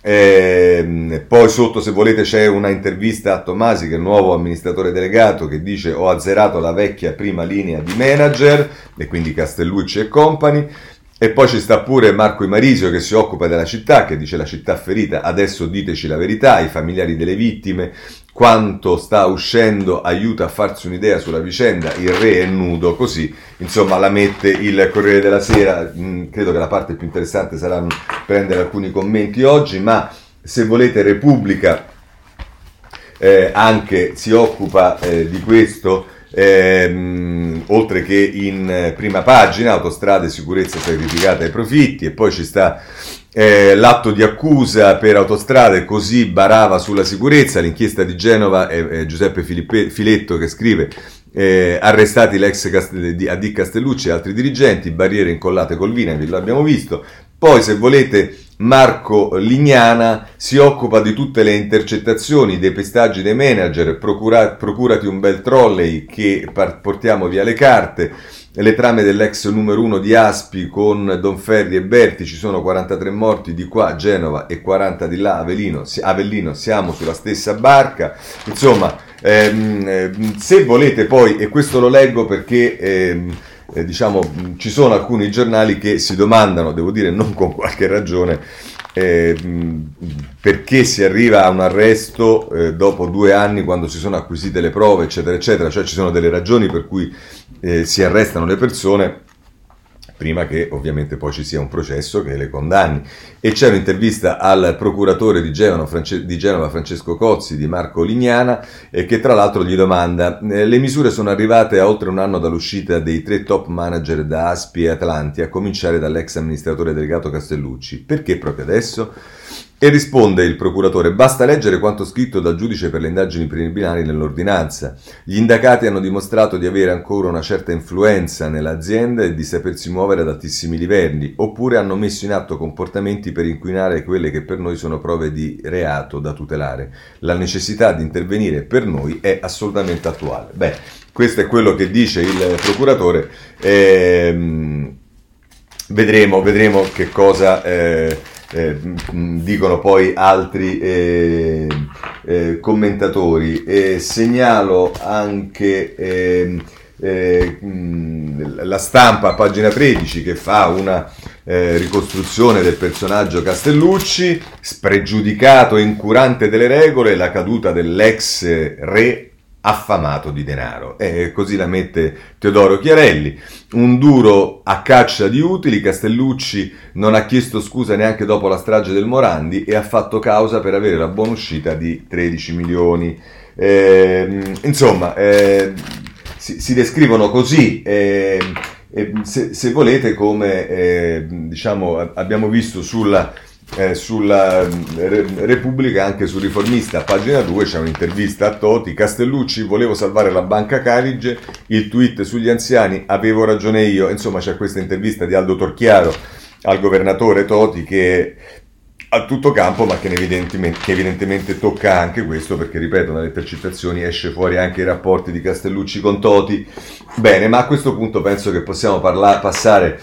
Eh, poi sotto, se volete, c'è una intervista a Tomasi, che è il nuovo amministratore delegato, che dice: ho azzerato la vecchia prima linea di manager, e quindi Castellucci e company. E poi ci sta pure Marco Imarisio, che si occupa della città, che dice: la città ferita, adesso diteci la verità, i familiari delle vittime, quanto sta uscendo aiuta a farsi un'idea sulla vicenda, il re è nudo. Così insomma la mette il Corriere della Sera. Mm, credo che la parte più interessante sarà prendere alcuni commenti oggi, ma se volete Repubblica eh, anche si occupa eh, di questo. Ehm, oltre che in eh, prima pagina, autostrade, sicurezza sacrificata ai profitti. E poi ci sta eh, l'atto di accusa per autostrade, così barava sulla sicurezza, l'inchiesta di Genova, e eh, Giuseppe Filippe, Filetto che scrive: eh, arrestati l'ex Cast- di A D Castellucci e altri dirigenti, barriere incollate col Vinavil, l'abbiamo visto. Poi, se volete, Marco Lignana si occupa di tutte le intercettazioni, dei pestaggi dei manager, procura, procurati un bel trolley che par- portiamo via le carte, le trame dell'ex numero uno di Aspi con Donferri e Berti, ci sono quarantatré morti di qua Genova e quaranta di là Avellino, Avellino, siamo sulla stessa barca. Insomma, ehm, ehm, se volete poi, e questo lo leggo perché ehm, Eh, diciamo, ci sono alcuni giornali che si domandano, devo dire non con qualche ragione, eh, perché si arriva a un arresto eh, dopo due anni quando si sono acquisite le prove, eccetera, eccetera, cioè ci sono delle ragioni per cui eh, si arrestano le persone prima che ovviamente poi ci sia un processo che le condanni. E c'è un'intervista al procuratore di Genova, France- di Genova Francesco Cozzi, di Marco Lignana, eh, che tra l'altro gli domanda eh, le misure sono arrivate a oltre un anno dall'uscita dei tre top manager da Aspi e Atlanti, a cominciare dall'ex amministratore delegato Castellucci, perché proprio adesso? E risponde il procuratore: basta leggere quanto scritto dal giudice per le indagini preliminari nell'ordinanza. Gli indagati hanno dimostrato di avere ancora una certa influenza nell'azienda e di sapersi muovere ad altissimi livelli, oppure hanno messo in atto comportamenti per inquinare quelle che per noi sono prove di reato da tutelare. La necessità di intervenire per noi è assolutamente attuale. Beh, questo è quello che dice il procuratore. Ehm, vedremo, vedremo che cosa... Eh, Eh, dicono poi altri eh, eh, commentatori. Eh, segnalo anche eh, eh, la Stampa, pagina tredici, che fa una eh, ricostruzione del personaggio Castellucci, spregiudicato e incurante delle regole, la caduta dell'ex re affamato di denaro. E così la mette Teodoro Chiarelli. Un duro a caccia di utili, Castellucci non ha chiesto scusa neanche dopo la strage del Morandi e ha fatto causa per avere la buonuscita di tredici milioni. Eh, insomma, eh, si, si descrivono così, eh, eh, se, se volete, come eh, diciamo abbiamo visto sulla Eh, sulla Re- Repubblica, anche sul Riformista, a pagina due c'è un'intervista a Toti. Castellucci: volevo salvare la banca Carige, il tweet sugli anziani, avevo ragione io. Insomma, c'è questa intervista di Aldo Torchiaro al governatore Toti, che a tutto campo, ma che evidentemente, che evidentemente tocca anche questo, perché ripeto, dalle intercettazioni esce fuori anche i rapporti di Castellucci con Toti. Bene, ma a questo punto penso che possiamo parla- passare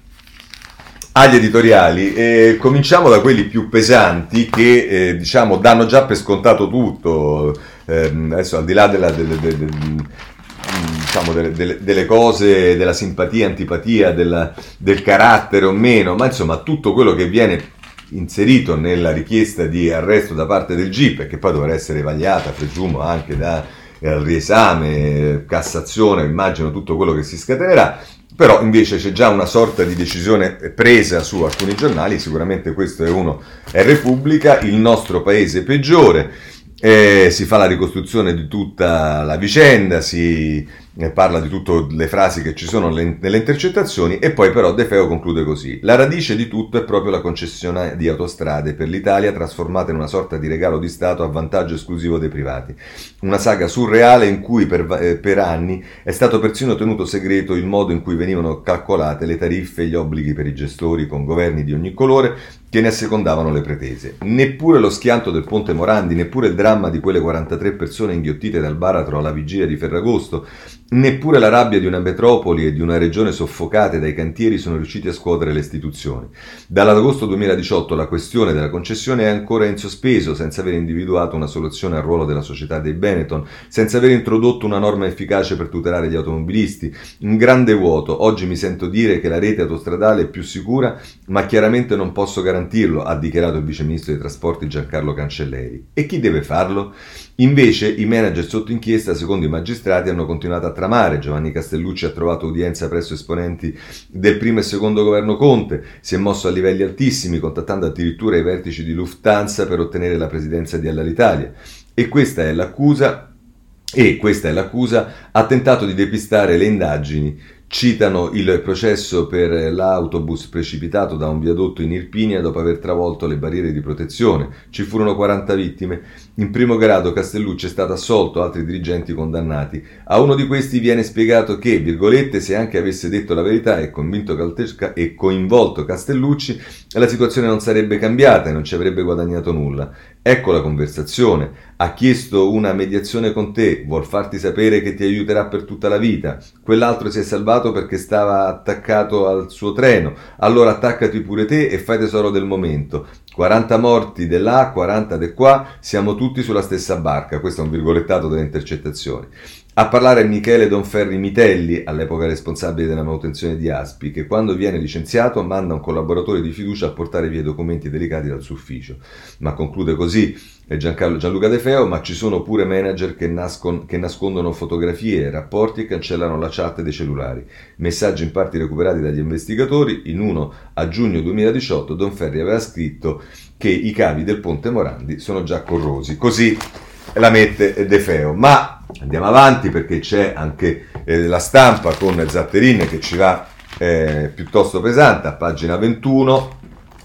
agli editoriali. Eh, cominciamo da quelli più pesanti, che eh, diciamo danno già per scontato tutto. Eh, adesso, al di là della, delle, delle, delle, diciamo delle, delle, delle cose, della simpatia, antipatia, della, del carattere o meno, ma insomma tutto quello che viene inserito nella richiesta di arresto da parte del G I P, e che poi dovrà essere vagliata, presumo, anche da eh, riesame, Cassazione, immagino tutto quello che si scatenerà. Però invece c'è già una sorta di decisione presa su alcuni giornali, sicuramente questo è uno, è Repubblica, il nostro paese peggiore, eh, si fa la ricostruzione di tutta la vicenda, si eh, parla di tutte le frasi che ci sono nelle, nelle intercettazioni, e poi però De Feo conclude così: la radice di tutto è proprio la concessione di autostrade per l'Italia, trasformata in una sorta di regalo di Stato a vantaggio esclusivo dei privati. Una saga surreale in cui per, eh, per anni è stato persino tenuto segreto il modo in cui venivano calcolate le tariffe e gli obblighi per i gestori, con governi di ogni colore che ne assecondavano le pretese. Neppure lo schianto del Ponte Morandi, neppure il dramma di quelle quarantatré persone inghiottite dal baratro alla vigilia di Ferragosto, neppure la rabbia di una metropoli e di una regione soffocate dai cantieri sono riusciti a scuotere le istituzioni. Dall'agosto duemiladiciotto la questione della concessione è ancora in sospeso, senza aver individuato una soluzione al ruolo della società dei Benetton, senza aver introdotto una norma efficace per tutelare gli automobilisti. Un grande vuoto. Oggi mi sento dire che la rete autostradale è più sicura, ma chiaramente non posso garantirlo, ha dichiarato il viceministro dei trasporti Giancarlo Cancelleri. E chi deve farlo? Invece i manager sotto inchiesta, secondo i magistrati, hanno continuato a tramare. Giovanni Castellucci ha trovato udienza presso esponenti del primo e secondo governo Conte, si è mosso a livelli altissimi, contattando addirittura i vertici di Lufthansa per ottenere la presidenza di Alitalia. E questa è l'accusa, e questa è l'accusa, ha tentato di depistare le indagini. Citano il processo per l'autobus precipitato da un viadotto in Irpinia dopo aver travolto le barriere di protezione. Ci furono quaranta vittime. In primo grado Castellucci è stato assolto, altri dirigenti condannati. A uno di questi viene spiegato che, virgolette, se anche avesse detto la verità e, convinto Caltesca, e coinvolto Castellucci, la situazione non sarebbe cambiata e non ci avrebbe guadagnato nulla. Ecco la conversazione. Ha chiesto una mediazione con te, vuol farti sapere che ti aiuterà per tutta la vita. Quell'altro si è salvato perché stava attaccato al suo treno. Allora attaccati pure te e fai tesoro del momento. quaranta morti di là, quaranta di qua, siamo tutti sulla stessa barca. Questo è un virgolettato delle intercettazioni. A parlare è Michele Donferri Mitelli, all'epoca responsabile della manutenzione di Aspi, che quando viene licenziato manda un collaboratore di fiducia a portare via i documenti delicati dal suo ufficio. Ma conclude così Giancarlo, Gianluca De Feo, ma ci sono pure manager che, nascon, che nascondono fotografie e rapporti e cancellano la chat dei cellulari. Messaggi in parte recuperati dagli investigatori. In uno a giugno duemiladiciotto Donferri aveva scritto che i cavi del ponte Morandi sono già corrosi. Così la mette De Feo. Ma andiamo avanti perché c'è anche eh, la Stampa con Zatterin che ci va eh, piuttosto pesante, a pagina ventuno.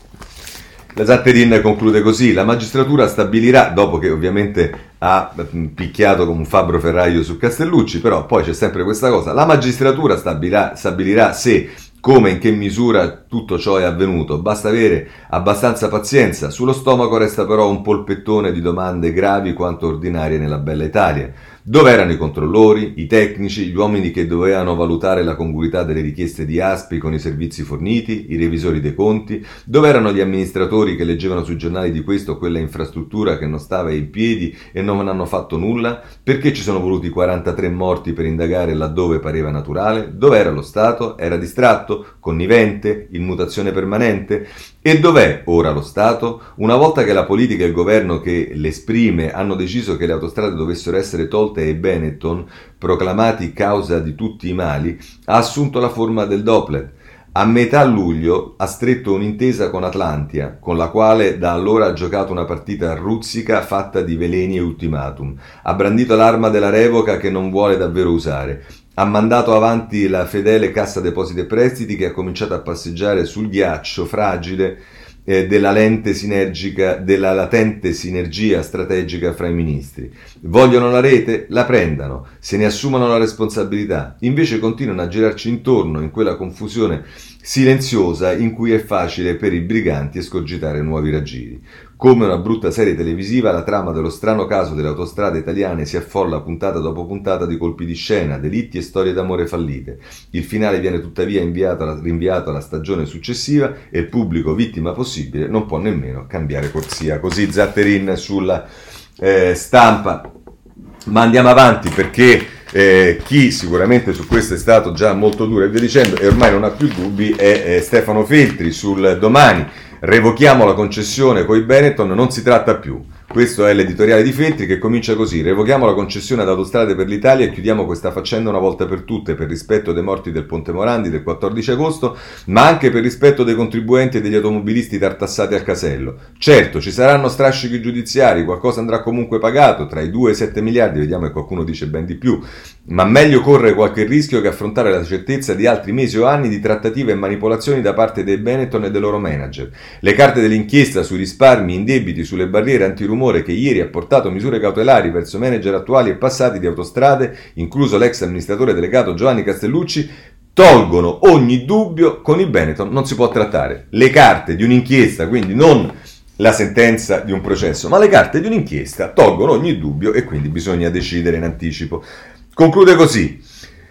La Zatterin conclude così: la magistratura stabilirà, dopo che ovviamente ha picchiato come un fabbro ferraio su Castellucci, però poi c'è sempre questa cosa, la magistratura stabilirà, stabilirà se, come e in che misura tutto ciò è avvenuto. Basta avere abbastanza pazienza. Sullo stomaco resta però un polpettone di domande gravi quanto ordinarie nella bella Italia. Dove erano i controllori, i tecnici, gli uomini che dovevano valutare la congruità delle richieste di Aspi con i servizi forniti, i revisori dei conti? Dove erano gli amministratori che leggevano sui giornali di questa o quella infrastruttura che non stava in piedi e non hanno fatto nulla? Perché ci sono voluti quarantatré morti per indagare laddove pareva naturale? Dove era lo Stato? Era distratto? Connivente? In mutazione permanente? E dov'è ora lo Stato? Una volta che la politica e il governo che l'esprime hanno deciso che le autostrade dovessero essere tolte e Benetton, proclamati causa di tutti i mali, ha assunto la forma del Doppler. A metà luglio ha stretto un'intesa con Atlantia, con la quale da allora ha giocato una partita ruzzica fatta di veleni e ultimatum. Ha brandito l'arma della revoca che non vuole davvero usare. Ha mandato avanti la fedele Cassa Depositi e Prestiti che ha cominciato a passeggiare sul ghiaccio fragile eh, della, lente sinergica, della latente sinergia strategica fra i ministri. Vogliono la rete? La prendano, se ne assumano la responsabilità. Invece continuano a girarci intorno in quella confusione silenziosa in cui è facile per i briganti escogitare nuovi raggiri. Come una brutta serie televisiva, la trama dello strano caso delle autostrade italiane si affolla puntata dopo puntata di colpi di scena, delitti e storie d'amore fallite. Il finale viene tuttavia inviato, rinviato alla stagione successiva e il pubblico, vittima possibile, non può nemmeno cambiare corsia. Così Zatterin sulla eh, Stampa. Ma andiamo avanti perché eh, chi sicuramente su questo è stato già molto duro e via dicendo e ormai non ha più dubbi è eh, Stefano Feltri sul Domani. Revochiamo la concessione coi Benetton, non si tratta più. Questo è l'editoriale di Feltri che comincia così: revochiamo la concessione ad Autostrade per l'Italia e chiudiamo questa faccenda una volta per tutte, per rispetto dei morti del Ponte Morandi del quattordici agosto, ma anche per rispetto dei contribuenti e degli automobilisti tartassati al casello. Certo, ci saranno strascichi giudiziari, qualcosa andrà comunque pagato, tra i due e i sette miliardi, vediamo che qualcuno dice ben di più, ma meglio correre qualche rischio che affrontare la certezza di altri mesi o anni di trattative e manipolazioni da parte dei Benetton e dei loro manager. Le carte dell'inchiesta sui risparmi indebiti sulle barriere antirumore che ieri ha portato misure cautelari verso manager attuali e passati di Autostrade, incluso l'ex amministratore delegato Giovanni Castellucci, tolgono ogni dubbio. Con i Benetton non si può trattare. Le carte di un'inchiesta, quindi non la sentenza di un processo, ma le carte di un'inchiesta tolgono ogni dubbio e quindi bisogna decidere in anticipo. Conclude così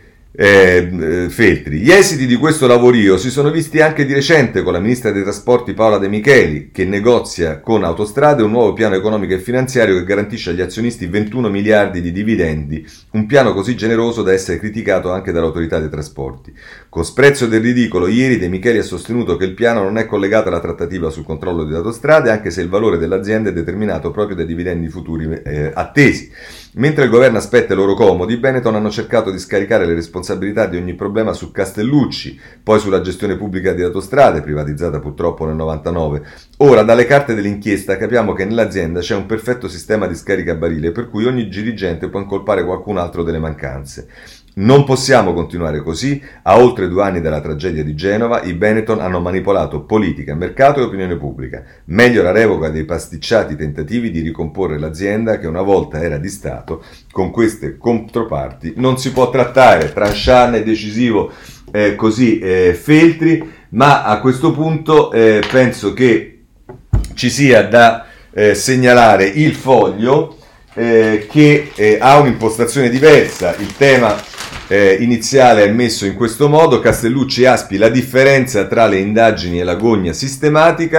Eh, Feltri: gli esiti di questo lavorio si sono visti anche di recente con la ministra dei trasporti Paola De Micheli, che negozia con Autostrade un nuovo piano economico e finanziario che garantisce agli azionisti ventuno miliardi di dividendi, un piano così generoso da essere criticato anche dall'autorità dei trasporti. Con sprezzo del ridicolo, ieri De Micheli ha sostenuto che il piano non è collegato alla trattativa sul controllo delle autostrade, anche se il valore dell'azienda è determinato proprio dai dividendi futuri eh, attesi. Mentre il governo aspetta i loro comodi, i Benetton hanno cercato di scaricare le responsabilità di ogni problema su Castellucci, poi sulla gestione pubblica di Autostrade, privatizzata purtroppo nel novantanove. Ora, dalle carte dell'inchiesta capiamo che nell'azienda c'è un perfetto sistema di scaricabarile, per cui ogni dirigente può incolpare qualcun altro delle mancanze. Non possiamo continuare così. A oltre due anni dalla tragedia di Genova, i Benetton hanno manipolato politica, mercato e opinione pubblica. Meglio la revoca dei pasticciati tentativi di ricomporre l'azienda che una volta era di Stato. Con queste controparti non si può trattare. Tranchant e decisivo eh, così eh, Feltri, ma a questo punto eh, penso che ci sia da eh, segnalare il Foglio eh, che eh, ha un'impostazione diversa. Il tema Eh, iniziale è messo in questo modo: Castellucci e Aspi, la differenza tra le indagini e la gogna sistematica.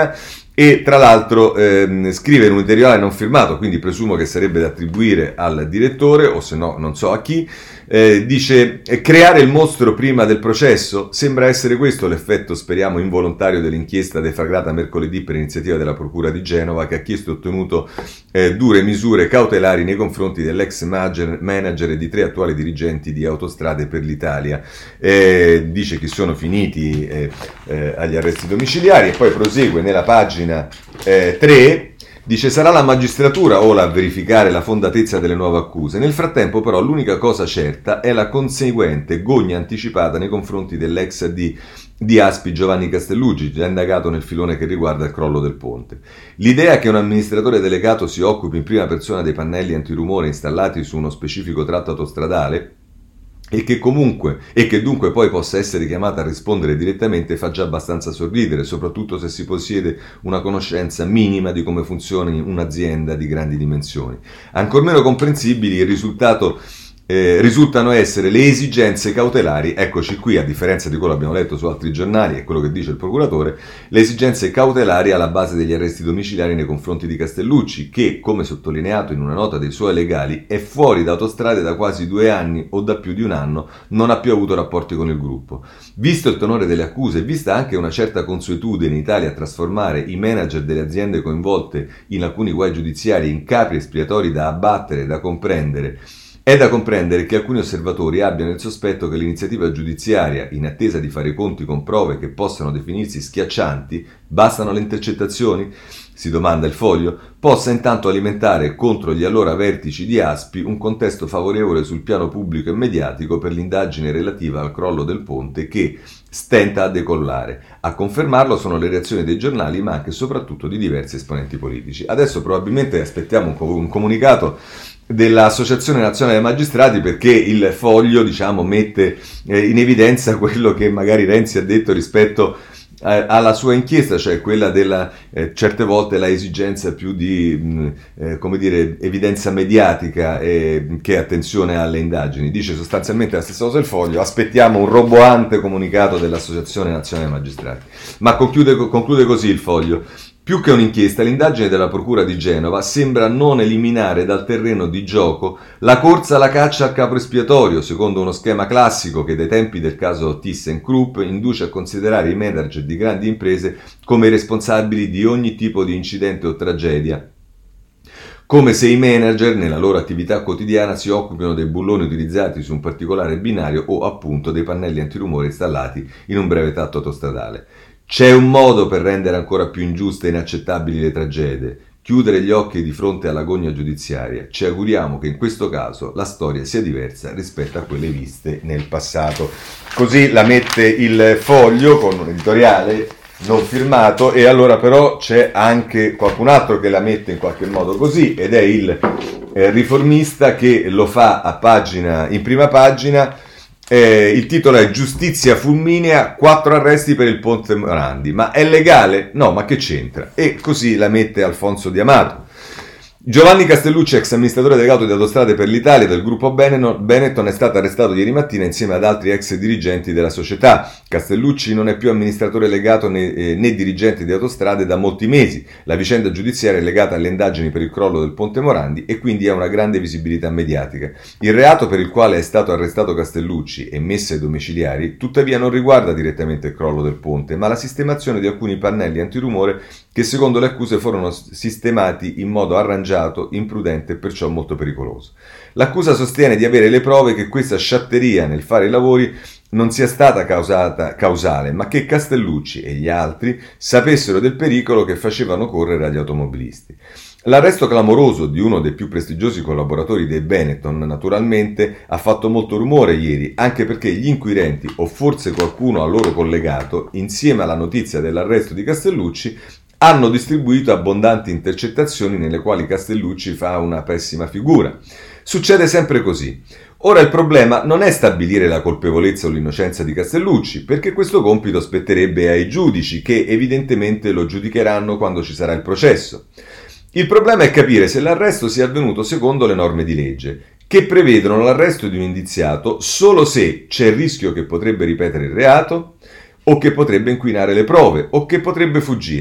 e tra l'altro ehm, scrive in un editoriale non firmato, quindi presumo che sarebbe da attribuire al direttore o se no non so a chi, eh, dice creare il mostro prima del processo, sembra essere questo l'effetto speriamo involontario dell'inchiesta deflagrata mercoledì per iniziativa della Procura di Genova, che ha chiesto e ottenuto eh, dure misure cautelari nei confronti dell'ex manager e di tre attuali dirigenti di Autostrade per l'Italia. Eh, dice che sono finiti eh, eh, agli arresti domiciliari e poi prosegue nella pagina eh, tre. Dice sarà la magistratura ora a verificare la fondatezza delle nuove accuse. Nel frattempo però l'unica cosa certa è la conseguente gogna anticipata nei confronti dell'ex di, di Aspi Giovanni Castellucci, già indagato nel filone che riguarda il crollo del ponte. L'idea che un amministratore delegato si occupi in prima persona dei pannelli antirumore installati su uno specifico tratto autostradale e che comunque e che dunque poi possa essere chiamata a rispondere direttamente fa già abbastanza sorridere, soprattutto se si possiede una conoscenza minima di come funzioni un'azienda di grandi dimensioni. Ancor meno comprensibili il risultato Eh, risultano essere le esigenze cautelari, eccoci qui, a differenza di quello che abbiamo letto su altri giornali e quello che dice il procuratore, le esigenze cautelari alla base degli arresti domiciliari nei confronti di Castellucci, che, come sottolineato in una nota dei suoi legali, è fuori da Autostrade da quasi due anni o da più di un anno, non ha più avuto rapporti con il gruppo. Visto il tenore delle accuse e vista anche una certa consuetudine in Italia a trasformare i manager delle aziende coinvolte in alcuni guai giudiziari in capri espiatori da abbattere e da comprendere, è da comprendere che alcuni osservatori abbiano il sospetto che l'iniziativa giudiziaria, in attesa di fare i conti con prove che possano definirsi schiaccianti, bastano le intercettazioni? Si domanda il Foglio, possa intanto alimentare contro gli allora vertici di Aspi un contesto favorevole sul piano pubblico e mediatico per l'indagine relativa al crollo del ponte che stenta a decollare. A confermarlo sono le reazioni dei giornali, ma anche e soprattutto di diversi esponenti politici. Adesso probabilmente aspettiamo un comunicato dell'Associazione Nazionale dei Magistrati, perché il Foglio, diciamo, mette eh, in evidenza quello che magari Renzi ha detto rispetto eh, alla sua inchiesta, cioè quella della eh, certe volte la esigenza più di mh, eh, come dire evidenza mediatica eh, che attenzione alle indagini. Dice sostanzialmente la stessa cosa il Foglio, aspettiamo un roboante comunicato dell'Associazione Nazionale dei Magistrati, ma conclude, conclude così il Foglio. Più che un'inchiesta, l'indagine della Procura di Genova sembra non eliminare dal terreno di gioco la corsa alla caccia al capo espiatorio, secondo uno schema classico che dai tempi del caso ThyssenKrupp induce a considerare i manager di grandi imprese come responsabili di ogni tipo di incidente o tragedia, come se i manager nella loro attività quotidiana si occupino dei bulloni utilizzati su un particolare binario o appunto dei pannelli antirumore installati in un breve tratto autostradale. C'è un modo per rendere ancora più ingiuste e inaccettabili le tragedie, chiudere gli occhi di fronte all'agonia giudiziaria. Ci auguriamo che in questo caso la storia sia diversa rispetto a quelle viste nel passato. Così la mette il Foglio con un editoriale non firmato, e allora però c'è anche qualcun altro che la mette in qualche modo così, ed è il eh, Riformista, che lo fa a pagina, in prima pagina. Eh, il titolo è Giustizia fulminea, quattro arresti per il Ponte Morandi. Ma è legale? No, ma che c'entra? E così la mette Alfonso Di Amato. Giovanni Castellucci, ex amministratore delegato di Autostrade per l'Italia del gruppo Benetton, è stato arrestato ieri mattina insieme ad altri ex dirigenti della società. Castellucci non è più amministratore legato né, eh, né dirigente di Autostrade da molti mesi. La vicenda giudiziaria è legata alle indagini per il crollo del Ponte Morandi e quindi ha una grande visibilità mediatica. Il reato per il quale è stato arrestato Castellucci e messo ai domiciliari, tuttavia non riguarda direttamente il crollo del ponte, ma la sistemazione di alcuni pannelli antirumore che secondo le accuse furono sistemati in modo arrangiato, imprudente e perciò molto pericoloso. L'accusa sostiene di avere le prove che questa sciatteria nel fare i lavori non sia stata causata, causale, ma che Castellucci e gli altri sapessero del pericolo che facevano correre agli automobilisti. L'arresto clamoroso di uno dei più prestigiosi collaboratori dei Benetton, naturalmente, ha fatto molto rumore ieri, anche perché gli inquirenti, o forse qualcuno a loro collegato, insieme alla notizia dell'arresto di Castellucci, hanno distribuito abbondanti intercettazioni nelle quali Castellucci fa una pessima figura. Succede sempre così. Ora il problema non è stabilire la colpevolezza o l'innocenza di Castellucci, perché questo compito spetterebbe ai giudici, che evidentemente lo giudicheranno quando ci sarà il processo. Il problema è capire se l'arresto sia avvenuto secondo le norme di legge, che prevedono l'arresto di un indiziato solo se c'è il rischio che potrebbe ripetere il reato, o che potrebbe inquinare le prove, o che potrebbe fuggire.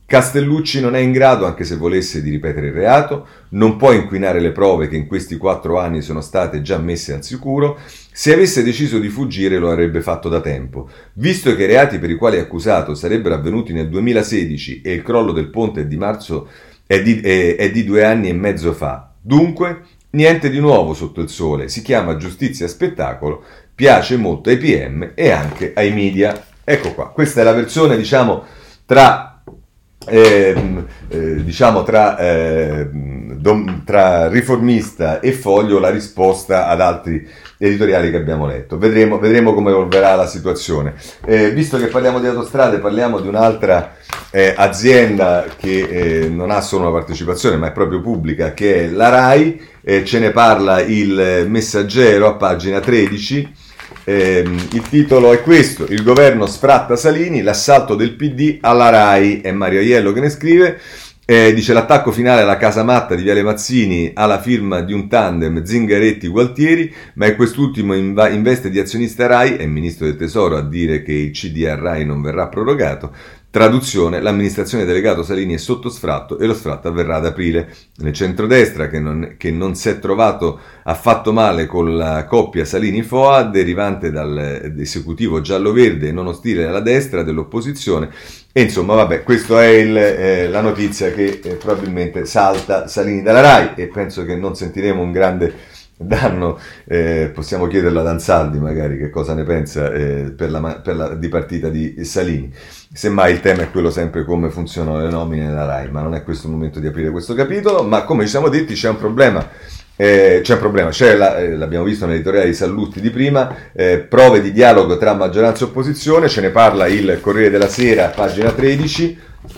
Castellucci non è in grado, anche se volesse, di ripetere il reato, non può inquinare le prove che in questi quattro anni sono state già messe al sicuro. Se avesse deciso di fuggire lo avrebbe fatto da tempo. Visto che i reati per i quali è accusato sarebbero avvenuti nel duemilasedici e il crollo del ponte è di marzo è di, è, è di due anni e mezzo fa. Dunque, niente di nuovo sotto il sole, si chiama giustizia spettacolo, piace molto ai P M e anche ai media. Ecco qua, questa è la versione, diciamo, tra... Eh, eh, diciamo tra, eh, dom, tra Riformista e Foglio, la risposta ad altri editoriali che abbiamo letto. Vedremo, vedremo come evolverà la situazione. Eh, visto che parliamo di autostrade, parliamo di un'altra eh, azienda che eh, non ha solo una partecipazione ma è proprio pubblica, che è la RAI. Eh, ce ne parla il Messaggero a pagina tredici. Eh, il titolo è questo: il governo sfratta Salini, l'assalto del P D alla RAI. È Mario Aiello che ne scrive. Eh, dice: l'attacco finale alla casamatta di Viale Mazzini alla firma di un tandem Zingaretti-Gualtieri, ma è quest'ultimo in, va- in veste di azionista RAI, è il ministro del tesoro a dire che il C D a RAI non verrà prorogato. Traduzione: l'amministrazione delegato Salini è sotto sfratto e lo sfratto avverrà ad aprile. Nel centrodestra, che non, che non si è trovato affatto male con la coppia Salini-Foa, derivante dall'esecutivo giallo-verde e non ostile alla destra dell'opposizione. E insomma, vabbè, questa è il, eh, la notizia che eh, probabilmente salta Salini dalla RAI, e penso che non sentiremo un grande danno. Eh, possiamo chiederlo ad Ansaldi magari che cosa ne pensa eh, per la, per la dipartita di Salini. Semmai il tema è quello sempre come funzionano le nomine nella RAI, ma non è questo il momento di aprire questo capitolo. Ma come ci siamo detti, c'è un problema. Eh, c'è un problema, c'è la, eh, l'abbiamo visto nell'editoriale di Sallusti di prima, eh, prove di dialogo tra maggioranza e opposizione, ce ne parla il Corriere della Sera, pagina tredici.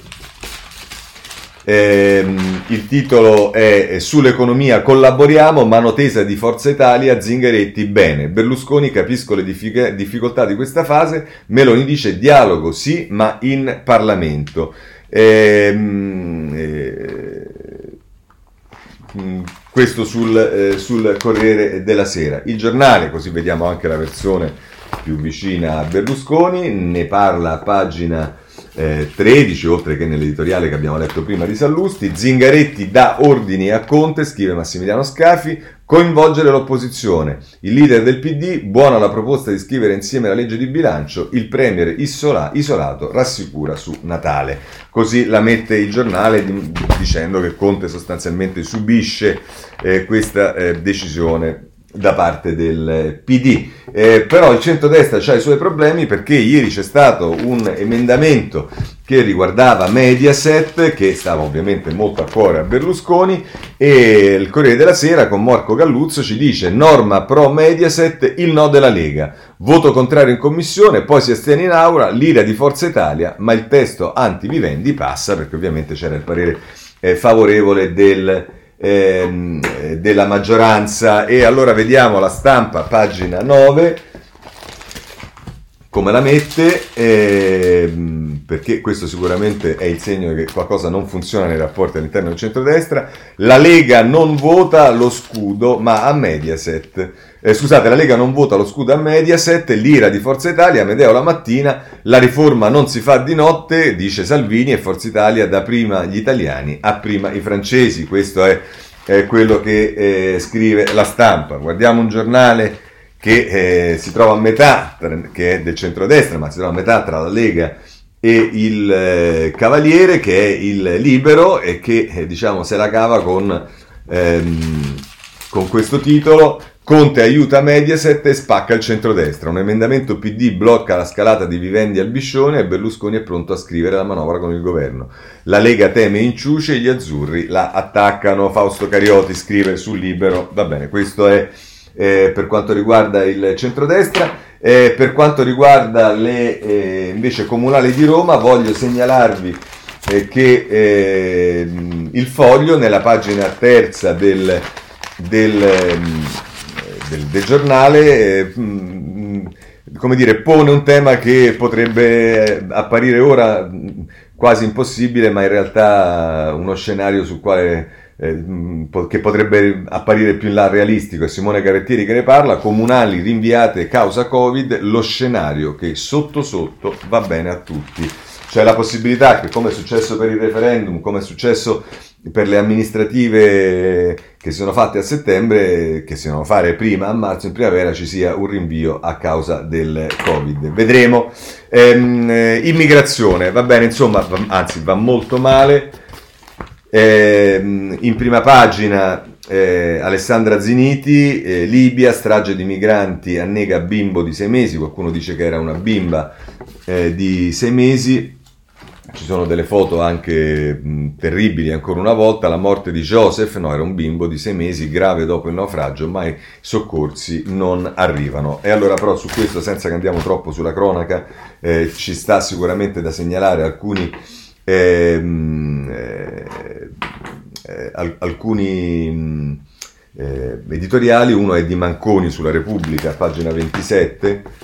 Eh, il titolo è: sull'economia collaboriamo, mano tesa di Forza Italia, Zingaretti bene, Berlusconi capisco le diffic- difficoltà di questa fase, Meloni dice dialogo sì ma in Parlamento. Eh, eh, questo sul, eh, sul Corriere della Sera. Il Giornale, così vediamo anche la versione più vicina a Berlusconi, ne parla a pagina eh, tredici, oltre che nell'editoriale che abbiamo letto prima di Sallusti. Zingaretti dà ordini a Conte, scrive Massimiliano Scafi, coinvolgere l'opposizione. Il leader del P D, buona la proposta di scrivere insieme la legge di bilancio, il premier isola, isolato rassicura su Natale. Così la mette il Giornale dicendo che Conte sostanzialmente subisce eh, questa eh, decisione da parte del P D. Eh, però il centrodestra ha i suoi problemi, perché ieri c'è stato un emendamento che riguardava Mediaset, che stava ovviamente molto a cuore a Berlusconi, e il Corriere della Sera con Marco Galluzzo ci dice: norma pro Mediaset, il no della Lega, voto contrario in commissione, poi si astiene in aula, l'ira di Forza Italia, ma il testo anti-vivendi passa, perché ovviamente c'era il parere eh, favorevole del Eh, della maggioranza. E allora vediamo la Stampa, pagina nove, come la mette, eh, perché questo sicuramente è il segno che qualcosa non funziona nei rapporti all'interno del centrodestra. La Lega non vota lo scudo ma a Mediaset. Eh, scusate, la Lega non vota lo scudo a Mediaset, l'ira di Forza Italia, Amedeo la mattina, la riforma non si fa di notte, dice Salvini, e Forza Italia da prima gli italiani a prima i francesi. Questo è, è quello che eh, scrive la Stampa. Guardiamo un giornale che eh, si trova a metà, che è del centrodestra, ma si trova a metà tra la Lega e il eh, Cavaliere, che è il Libero, e che eh, diciamo se la cava con, ehm, con questo titolo: Conte aiuta Mediaset e spacca il centrodestra. Un emendamento P D blocca la scalata di Vivendi al Biscione e Berlusconi è pronto a scrivere la manovra con il governo. La Lega teme inciuci e gli azzurri la attaccano. Fausto Carioti scrive sul Libero. Va bene, questo è eh, per quanto riguarda il centrodestra. Eh, per quanto riguarda le eh, invece comunali di Roma, voglio segnalarvi eh, che eh, il Foglio, nella pagina terza del... del Del, del giornale, eh, come dire, pone un tema che potrebbe apparire ora quasi impossibile, ma in realtà uno scenario sul quale eh, che potrebbe apparire più in là realistico. È Simone Carettieri che ne parla: comunali rinviate causa Covid, lo scenario che sotto sotto va bene a tutti. c'è la possibilità che, come è successo per il referendum, come è successo per le amministrative che si sono fatte a settembre, che si devono fare prima, a marzo, in primavera, ci sia un rinvio a causa del Covid. Vedremo. Ehm, immigrazione, va bene, insomma, va, anzi va molto male. Ehm, in prima pagina eh, Alessandra Ziniti, eh, Libia, strage di migranti, annega bimbo di sei mesi, qualcuno dice che era una bimba eh, di sei mesi. Ci sono delle foto anche mh, terribili, ancora una volta, la morte di Joseph, no, era un bimbo di sei mesi, grave dopo il naufragio, ma i soccorsi non arrivano. E allora però su questo, senza che andiamo troppo sulla cronaca, eh, ci sta sicuramente da segnalare alcuni, ehm, eh, eh, al- alcuni mh, eh, editoriali. Uno è di Manconi sulla Repubblica, pagina ventisette,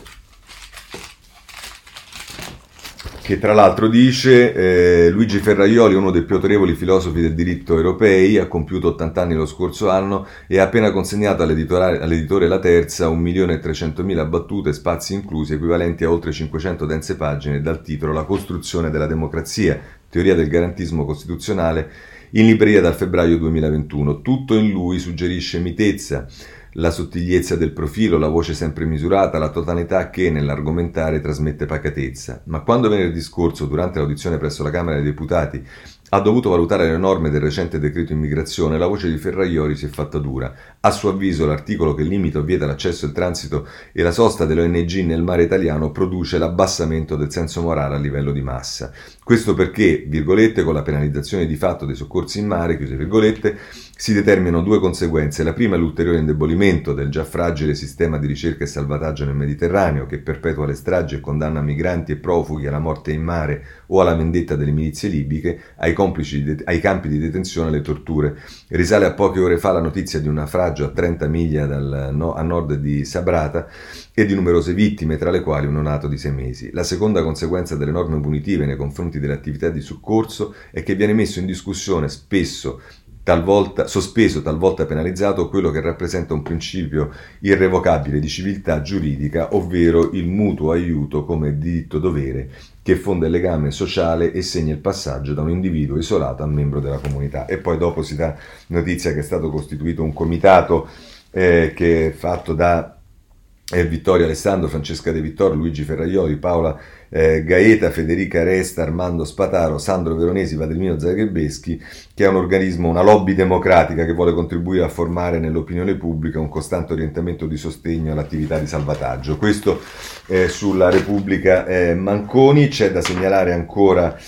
che tra l'altro dice eh, Luigi Ferraioli, uno dei più autorevoli filosofi del diritto europei, ha compiuto ottanta anni lo scorso anno e ha appena consegnato all'editore, all'editore La Terza un milione e trecentomila battute, spazi inclusi, equivalenti a oltre cinquecento dense pagine, dal titolo La costruzione della democrazia, teoria del garantismo costituzionale, in libreria dal febbraio duemilaventuno. Tutto in lui suggerisce mitezza, la sottigliezza del profilo, la voce sempre misurata, la tonalità che nell'argomentare trasmette pacatezza. Ma quando venerdì scorso, durante l'audizione presso la Camera dei Deputati, ha dovuto valutare le norme del recente decreto immigrazione, la voce di Ferraioli si è fatta dura. A suo avviso l'articolo che limita o vieta l'accesso, il transito e la sosta delle O N G nel mare italiano produce l'abbassamento del senso morale a livello di massa. Questo perché, virgolette, con la penalizzazione di fatto dei soccorsi in mare, chiuse virgolette, si determinano due conseguenze. La prima è l'ulteriore indebolimento del già fragile sistema di ricerca e salvataggio nel Mediterraneo, che perpetua le stragi e condanna migranti e profughi alla morte in mare o alla vendetta delle milizie libiche, ai, complici de- ai campi di detenzione e alle torture. Risale a poche ore fa la notizia di un naufragio a trenta miglia dal, no, a nord di Sabrata e di numerose vittime, tra le quali un neonato di sei mesi. La seconda conseguenza delle norme punitive nei confronti delle attività di soccorso è che viene messo in discussione spesso talvolta sospeso, talvolta penalizzato, quello che rappresenta un principio irrevocabile di civiltà giuridica, ovvero il mutuo aiuto come diritto-dovere, che fonda il legame sociale e segna il passaggio da un individuo isolato a membro della comunità. E poi dopo si dà notizia che è stato costituito un comitato eh, che è fatto da eh, Vittorio Alessandro, Francesca De Vittorio, Luigi Ferraioli, Paola eh, Gaeta, Federica Resta, Armando Spataro, Sandro Veronesi, Vadimino Zagrebeschi, che è un organismo, una lobby democratica che vuole contribuire a formare nell'opinione pubblica un costante orientamento di sostegno all'attività di salvataggio. Questo eh, sulla Repubblica eh, Manconi. C'è da segnalare ancora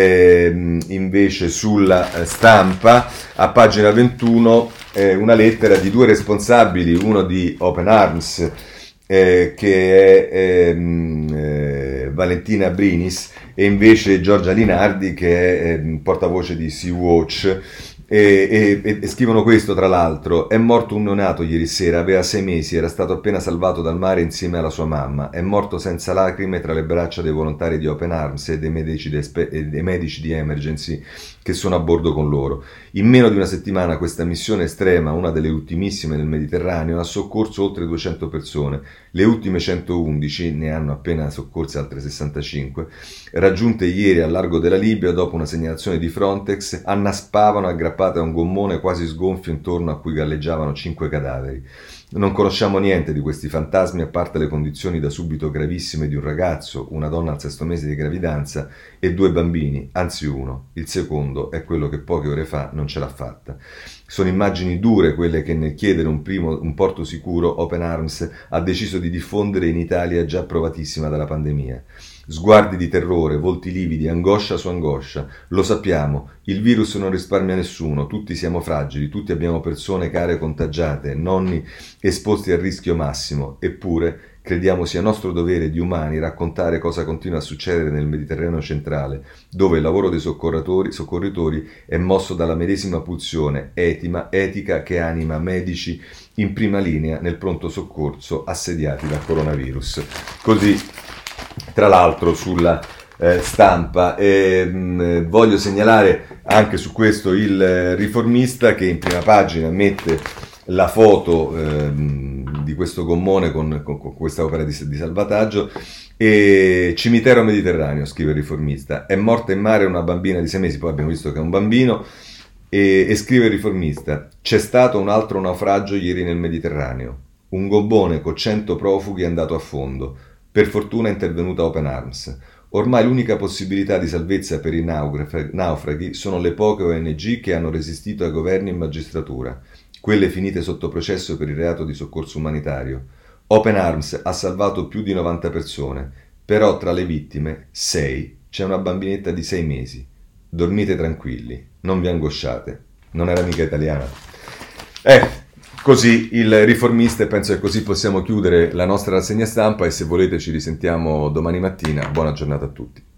eh, invece sulla eh, Stampa, a pagina ventuno, eh, una lettera di due responsabili, uno di Open Arms, Eh, che è ehm, eh, Valentina Brinis, e invece Giorgia Linardi, che è eh, portavoce di Sea-Watch, e, e, e scrivono questo, tra l'altro: è morto un neonato ieri sera, aveva sei mesi, era stato appena salvato dal mare insieme alla sua mamma, è morto senza lacrime tra le braccia dei volontari di Open Arms e dei medici, de, e dei medici di Emergency che sono a bordo con loro. In meno di una settimana questa missione estrema, una delle ultimissime nel Mediterraneo, ha soccorso oltre duecento persone. Le ultime centoundici, ne hanno appena soccorse altre sessantacinque, raggiunte ieri al largo della Libia dopo una segnalazione di Frontex, annaspavano aggrappate a un gommone quasi sgonfio intorno a cui galleggiavano cinque cadaveri. Non conosciamo niente di questi fantasmi, a parte le condizioni da subito gravissime di un ragazzo, una donna al sesto mese di gravidanza e due bambini, anzi uno. Il secondo è quello che poche ore fa non ce l'ha fatta. Sono immagini dure quelle che, nel chiedere un, primo, un porto sicuro, Open Arms ha deciso di diffondere in Italia, già provatissima dalla pandemia. Sguardi di terrore, volti lividi, angoscia su angoscia. Lo sappiamo, il virus non risparmia nessuno, tutti siamo fragili, tutti abbiamo persone care contagiate, nonni esposti al rischio massimo. Eppure crediamo sia nostro dovere di umani raccontare cosa continua a succedere nel Mediterraneo centrale, dove il lavoro dei soccorritori, soccorritori è mosso dalla medesima pulsione etima, etica che anima medici in prima linea nel pronto soccorso assediati dal coronavirus. Così, tra l'altro, sulla eh, Stampa. E, mh, voglio segnalare anche su questo il Riformista, che in prima pagina mette la foto ehm, di questo gommone con, con, con questa opera di, di salvataggio, E cimitero mediterraneo, scrive il riformista, è morta in mare una bambina di sei mesi, poi abbiamo visto che è un bambino, e, e scrive il riformista, c'è stato un altro naufragio ieri nel Mediterraneo, un gommone con cento profughi è andato a fondo, per fortuna è intervenuta Open Arms. Ormai l'unica possibilità di salvezza per i naufraghi sono le poche O N G che hanno resistito ai governi e magistratura, quelle finite sotto processo per il reato di soccorso umanitario. Open Arms ha salvato più di novanta persone, però tra le vittime, sei, c'è una bambinetta di sei mesi. Dormite tranquilli, non vi angosciate. Non era mica italiana. Eh, così il riformista, e penso che così possiamo chiudere la nostra rassegna stampa, e se volete ci risentiamo domani mattina. Buona giornata a tutti.